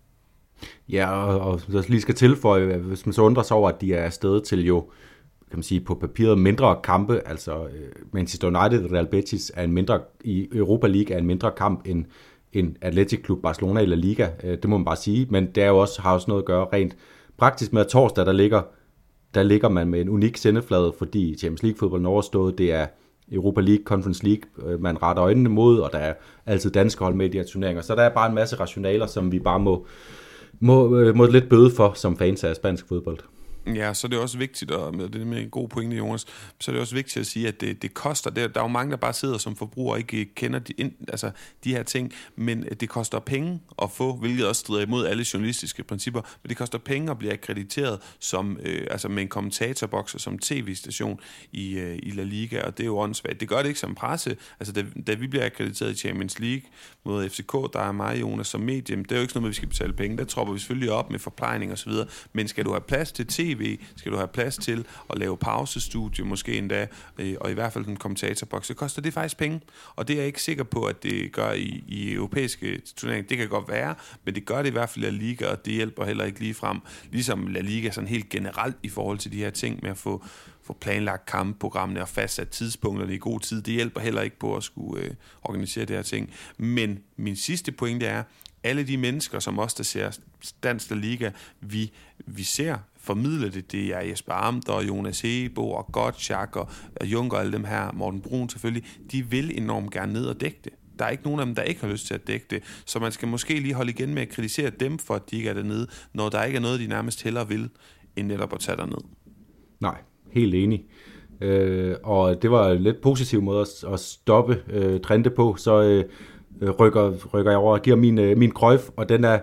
Ja, og, og jeg lige skal tilføje, hvis man så undrer sig over, at de er afsted til jo, kan man sige, på papiret mindre kampe, altså Manchester United og Real Betis er en mindre, i Europa League er en mindre kamp end, end Athletic Club Barcelona i La Liga, det må man bare sige, men det er jo også, har også noget at gøre rent praktisk med, at torsdag, der ligger, der ligger man med en unik sendeflade, fordi Champions League-fodbolden overstået, det er Europa League, Conference League, man retter øjnene mod, og der er altid danske hold med i de her turneringer, så der er bare en masse rationaler, som vi bare må Må, må lidt bøde for som fans af spansk fodbold. Ja, så er det også vigtigt, og med det med en god pointe, Jonas, så er det også vigtigt at sige, at det, det koster, det, der er jo mange, der bare sidder som forbrugere og ikke kender de, altså, de her ting, men det koster penge at få, hvilket også strider imod alle journalistiske principper, men det koster penge at blive akkrediteret som, øh, altså med en kommentatorboks og som tv-station i, øh, i La Liga, og det er jo åndssvagt. Det gør det ikke som presse, altså da, da vi bliver akkrediteret i Champions League mod F C K, der er mig, Jonas, som medium, det er jo ikke sådan noget, at vi skal betale penge, der tropper vi selvfølgelig op med forplejning og så videre, men skal du have plads til tv, skal du have plads til at lave pausestudie, måske endda, øh, og i hvert fald en kommentatorboks, så koster det faktisk penge, og det er jeg ikke sikker på, at det gør i, i europæiske turneringer. Det kan godt være, men det gør det i hvert fald i La Liga, og det hjælper heller ikke lige frem, ligesom La Liga sådan helt generelt i forhold til de her ting med at få, få planlagt kampprogrammene og fastsat tidspunkterne i god tid. Det hjælper heller ikke på at skulle øh, organisere de her ting. Men min sidste pointe er, alle de mennesker, som også der ser Dansk La Liga, vi, vi ser formidler det, det er Jesper Amter og Jonas Hebo og Gottschalk og, og Juncker og alle dem her, Morten Brun selvfølgelig, de vil enormt gerne ned og dække det. Der er ikke nogen af dem, der ikke har lyst til at dække det, så man skal måske lige holde igen med at kritisere dem for, at de ikke er dernede, når der ikke er noget, de nærmest hellere vil, end netop at tage derned. Nej, helt enig. Øh, og det var en lidt positiv måde at, at stoppe øh, Trente på, så øh, rykker, rykker jeg over og giver min, øh, min Cruyff, og den er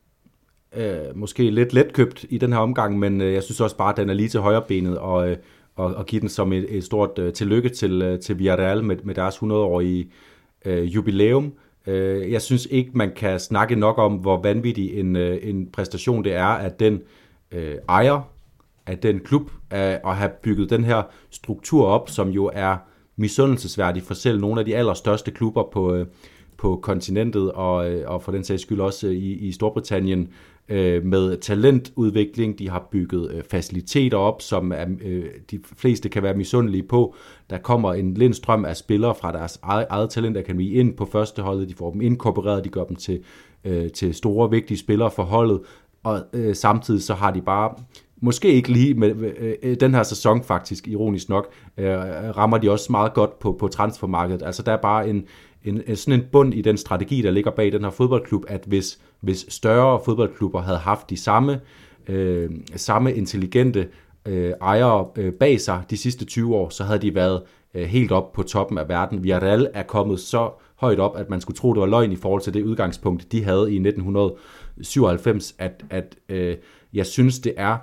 øh, måske lidt letkøbt i den her omgang, men øh, jeg synes også bare, at den er lige til højrebenet, og, øh, og, og give den som et, et stort øh, tillykke til, øh, til Villarreal med, med deres hundrede-årige øh, jubilæum. Øh, jeg synes ikke, man kan snakke nok om, hvor vanvittig en, øh, en præstation det er, at den øh, ejer af den klub, af at have bygget den her struktur op, som jo er misundelsesværdig for selv nogle af de allerstørste klubber på, øh, på kontinentet, og, og for den sags skyld også i, i Storbritannien, øh, med talentudvikling. De har bygget øh, faciliteter op, som er, øh, de fleste kan være misundelige på. Der kommer en lindstrøm af spillere fra deres eget, eget talentakademi ind på førsteholdet. De får dem inkorporeret, de gør dem til, øh, til store, vigtige spillere for holdet, og øh, samtidig så har de bare, måske ikke lige med øh, den her sæson faktisk, ironisk nok, øh, rammer de også meget godt på, på transfermarkedet. Altså der er bare en En, sådan en bund i den strategi, der ligger bag den her fodboldklub, at hvis, hvis større fodboldklubber havde haft de samme, øh, samme intelligente øh, ejere øh, bag sig de sidste tyve år, så havde de været øh, helt op på toppen af verden. Villarreal er kommet så højt op, at man skulle tro, det var løgn i forhold til det udgangspunkt, de havde i nitten syvoghalvfems, at, at øh, jeg synes, det er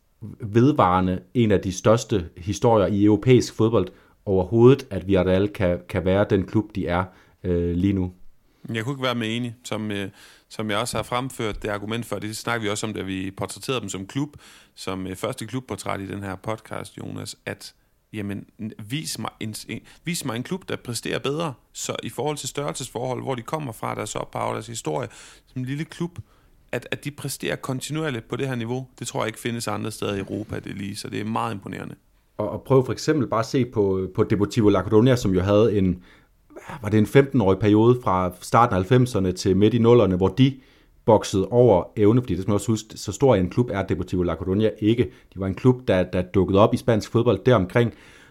vedvarende en af de største historier i europæisk fodbold overhovedet, at Villarreal kan, kan være den klub, de er lige nu. Jeg kunne ikke være med enig, som, øh, som jeg også har fremført det argument for. Det snakker vi også om, da vi portrætterede dem som klub, som øh, første klubportræt i den her podcast, Jonas, at jamen, vis mig, en, en, vis mig en klub, der præsterer bedre, så i forhold til størrelsesforhold, hvor de kommer fra, deres ophav, deres historie, som en lille klub, at, at de præsterer kontinuerligt på det her niveau, det tror jeg ikke findes andre steder i Europa, det lige, så det er meget imponerende. Og, og prøv for eksempel bare at se på, på Deportivo La Coruña, som jo havde en var det en femten-årig periode fra starten af halvfemserne til midt i nullerne, hvor de boksede over evne, fordi det skal man også huske, så stor en klub er Deportivo La Coruña ikke. De var en klub, der, der dukkede op i spansk fodbold deromkring,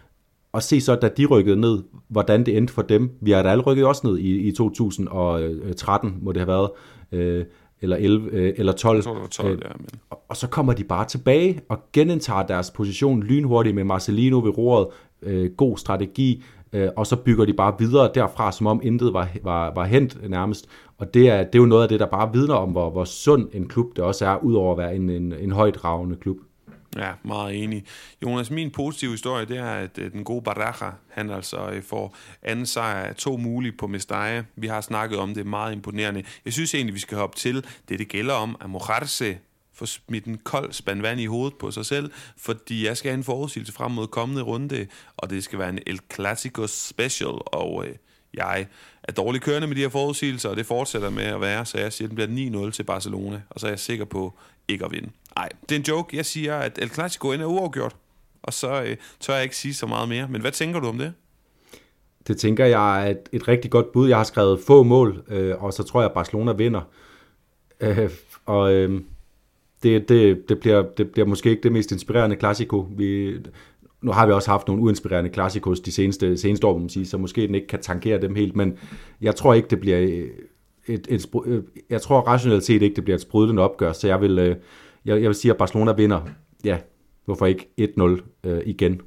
og se så, da de rykkede ned, hvordan det endte for dem. Vi har da alle rykket også ned i, i to tusind og tretten, må det have været, øh, eller elleve, øh, eller tolv. Jeg tror, det var tolv, ja, men... og, og så kommer de bare tilbage og genindtager deres position lynhurtigt med Marcelino ved roret, øh, god strategi, og så bygger de bare videre derfra, som om intet var, var, var hent nærmest. Og det er, det er jo noget af det, der bare vidner om, hvor, hvor sund en klub det også er, udover at være en, en, en højdragende klub. Ja, meget enig. Jonas, min positive historie, det er, at den gode Baraja, han altså får anden sejr af to mulige på Mestalla. Vi har snakket om det, meget imponerende. Jeg synes egentlig, vi skal hoppe til det, det gælder om, at Mojarse få smidt en kold spand vand i hovedet på sig selv, fordi jeg skal have en forudsigelse frem mod kommende runde, og det skal være en El Clasico special, og øh, jeg er dårligt kørende med de her forudsigelser, og det fortsætter med at være, så jeg siger, at den bliver ni nul til Barcelona, og så er jeg sikker på ikke at vinde. Nej, det er en joke. Jeg siger, at El Clasico ender uafgjort, og så øh, tør jeg ikke sige så meget mere. Men hvad tænker du om det? Det tænker jeg er et, et rigtig godt bud. Jeg har skrevet få mål, øh, og så tror jeg, at Barcelona vinder. Øh, og... Øh, Det, det, det, bliver, det bliver måske ikke det mest inspirerende Clasico. Vi, nu har vi også haft nogle uinspirerende Classicos de seneste, seneste år, må man sige, så måske den ikke kan tankere dem helt, men jeg tror ikke, det bliver et, et, et jeg tror rationelt set ikke, det bliver et sprudlende opgør, så jeg vil, jeg, jeg vil sige, at Barcelona vinder, ja, hvorfor ikke et nul øh, igen?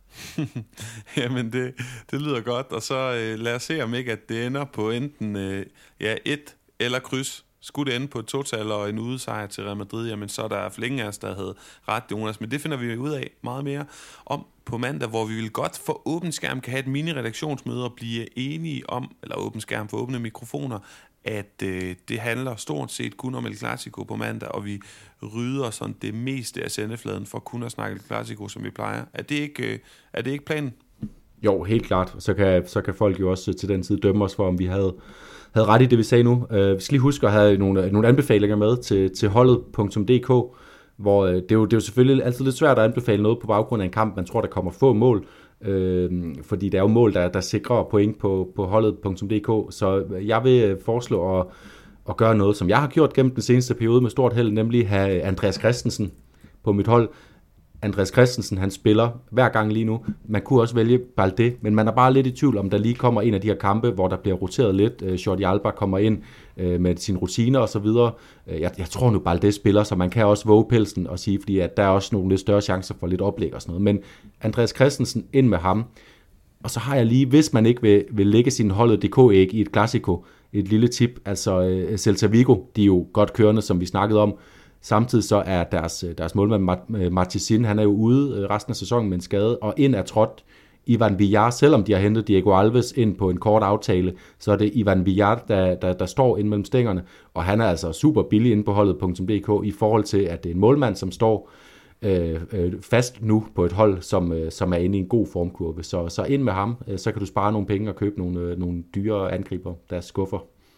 Jamen, det, det lyder godt, og så øh, lad os se om ikke, at det ender på enten øh, ja, et eller kryds. Skulle det ende på et total og en udesejr til Real Madrid, jamen så er der flere af os, der havde ret, Jonas. Men det finder vi ud af meget mere om på mandag, hvor vi vil godt for åben skærm kan have et mini-redaktionsmøde og blive enige om, eller åben skærm for åbne mikrofoner, at øh, det handler stort set kun om El Clasico på mandag, og vi rydder sådan det meste af sendefladen for kun at snakke El Clasico, som vi plejer. Er det ikke, øh, er det ikke planen? Jo, helt klart. Så kan, så kan folk jo også til den tid dømme os for, om vi havde, havde ret i det, vi sagde nu. Uh, vi skal lige huske at have nogle, nogle anbefalinger med til, til holdet punktum d k, hvor uh, det, er jo, det er jo selvfølgelig altid lidt svært at anbefale noget på baggrund af en kamp, man tror, der kommer få mål, uh, fordi der er jo mål, der, der sikrer point på, på holdet punktum d k. Så jeg vil foreslå at, at gøre noget, som jeg har gjort gennem den seneste periode med stort held, nemlig have Andreas Christensen på mit hold. Andreas Christensen, han spiller hver gang lige nu. Man kunne også vælge Balde, men man er bare lidt i tvivl, om der lige kommer en af de her kampe, hvor der bliver roteret lidt. Jordi Alba kommer ind øh, med sine rutiner og så videre. Jeg, jeg tror nu, Balde spiller, så man kan også våge pelsen og sige, fordi at der er også nogle lidt større chancer for lidt oplæg og sådan noget. Men Andreas Christensen, ind med ham. Og så har jeg lige, hvis man ikke vil, vil lægge sin holdet D K-æg i et Clasico, et lille tip. Altså øh, Celta Vigo, de er jo godt kørende, som vi snakkede om. Samtidig så er deres, deres målmand Martisin, han er jo ude resten af sæsonen med en skade, og ind er trådt Ivan Villar. Selvom de har hentet Diego Alves ind på en kort aftale, så er det Ivan Villar, der, der, der står ind mellem stængerne, og han er altså super billig inde på holdet punktum d k i forhold til, at det er en målmand, som står øh, øh, fast nu på et hold, som, øh, som er inde i en god formkurve. Så, så ind med ham, øh, så kan du spare nogle penge og købe nogle, øh, nogle dyre angriber, der skuffer.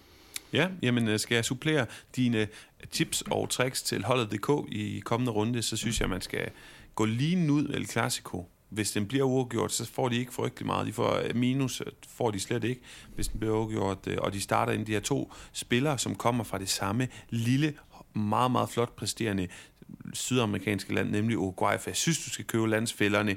Ja, jamen skal jeg supplere dine tips og tricks til holdet punktum d k i kommende runde, så synes jeg, man skal gå lige ud El Clasico. Hvis den bliver uafgjort, så får de ikke frygtelig meget. De får minus, får de slet ikke, hvis den bliver uafgjort. Og de starter ind de her to spillere, som kommer fra det samme lille, meget, meget flot præsterende sydamerikanske land, nemlig Uruguay. For jeg synes, du skal købe landsfælderne,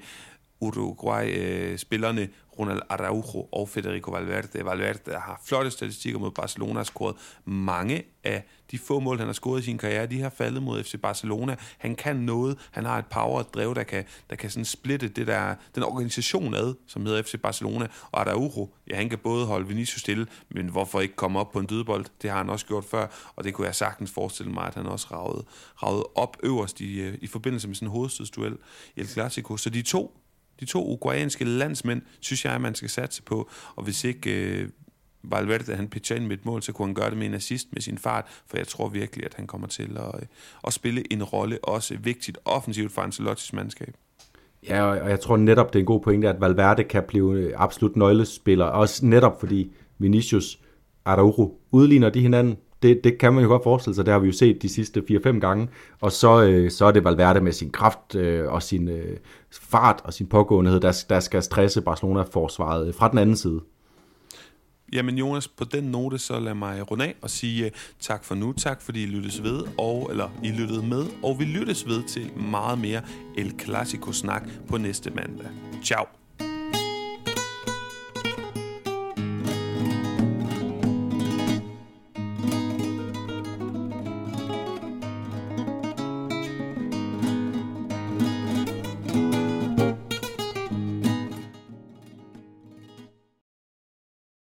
Uruguay-spillerne, Ronald Araujo og Federico Valverde. Valverde, der har flotte statistikker mod Barcelona, har scoret mange af de få mål, han har scoret i sin karriere. De har faldet mod F C Barcelona. Han kan noget. Han har et power og drev, der kan, der kan sådan splitte det der, den organisation ad, som hedder F C Barcelona. Og Araujo, ja, han kan både holde Vinicius stille, men hvorfor ikke komme op på en dødbold? Det har han også gjort før, og det kunne jeg sagtens forestille mig, at han også ragede, ragede op øverst i, i forbindelse med sådan en hovedstødsduel i El Clasico. Så de to De to uruguayanske landsmænd, synes jeg, man skal satse på. Og hvis ikke øh, Valverde, han pitcher ind med et mål, så kunne han gøre det med en assist med sin fart. For jeg tror virkelig, at han kommer til at, øh, at spille en rolle, også vigtigt offensivt for Ancelottis mandskab. Ja, og jeg tror netop, det er en god pointe, at Valverde kan blive absolut nøglespiller. Også netop fordi Vinicius Araujo udligner de hinanden. Det, det kan man jo godt forestille sig, det har vi jo set de sidste fire fem gange, og så, øh, så er det Valverde med sin kraft øh, og sin øh, fart og sin pågåenhed, der, der skal stresse Barcelona-forsvaret fra den anden side. Jamen Jonas, på den note, så lad mig runde af og sige uh, tak for nu, tak fordi I lyttes ved, og, eller I lyttede med, og vi lyttes ved til meget mere El Clasico-snak på næste mandag. Ciao!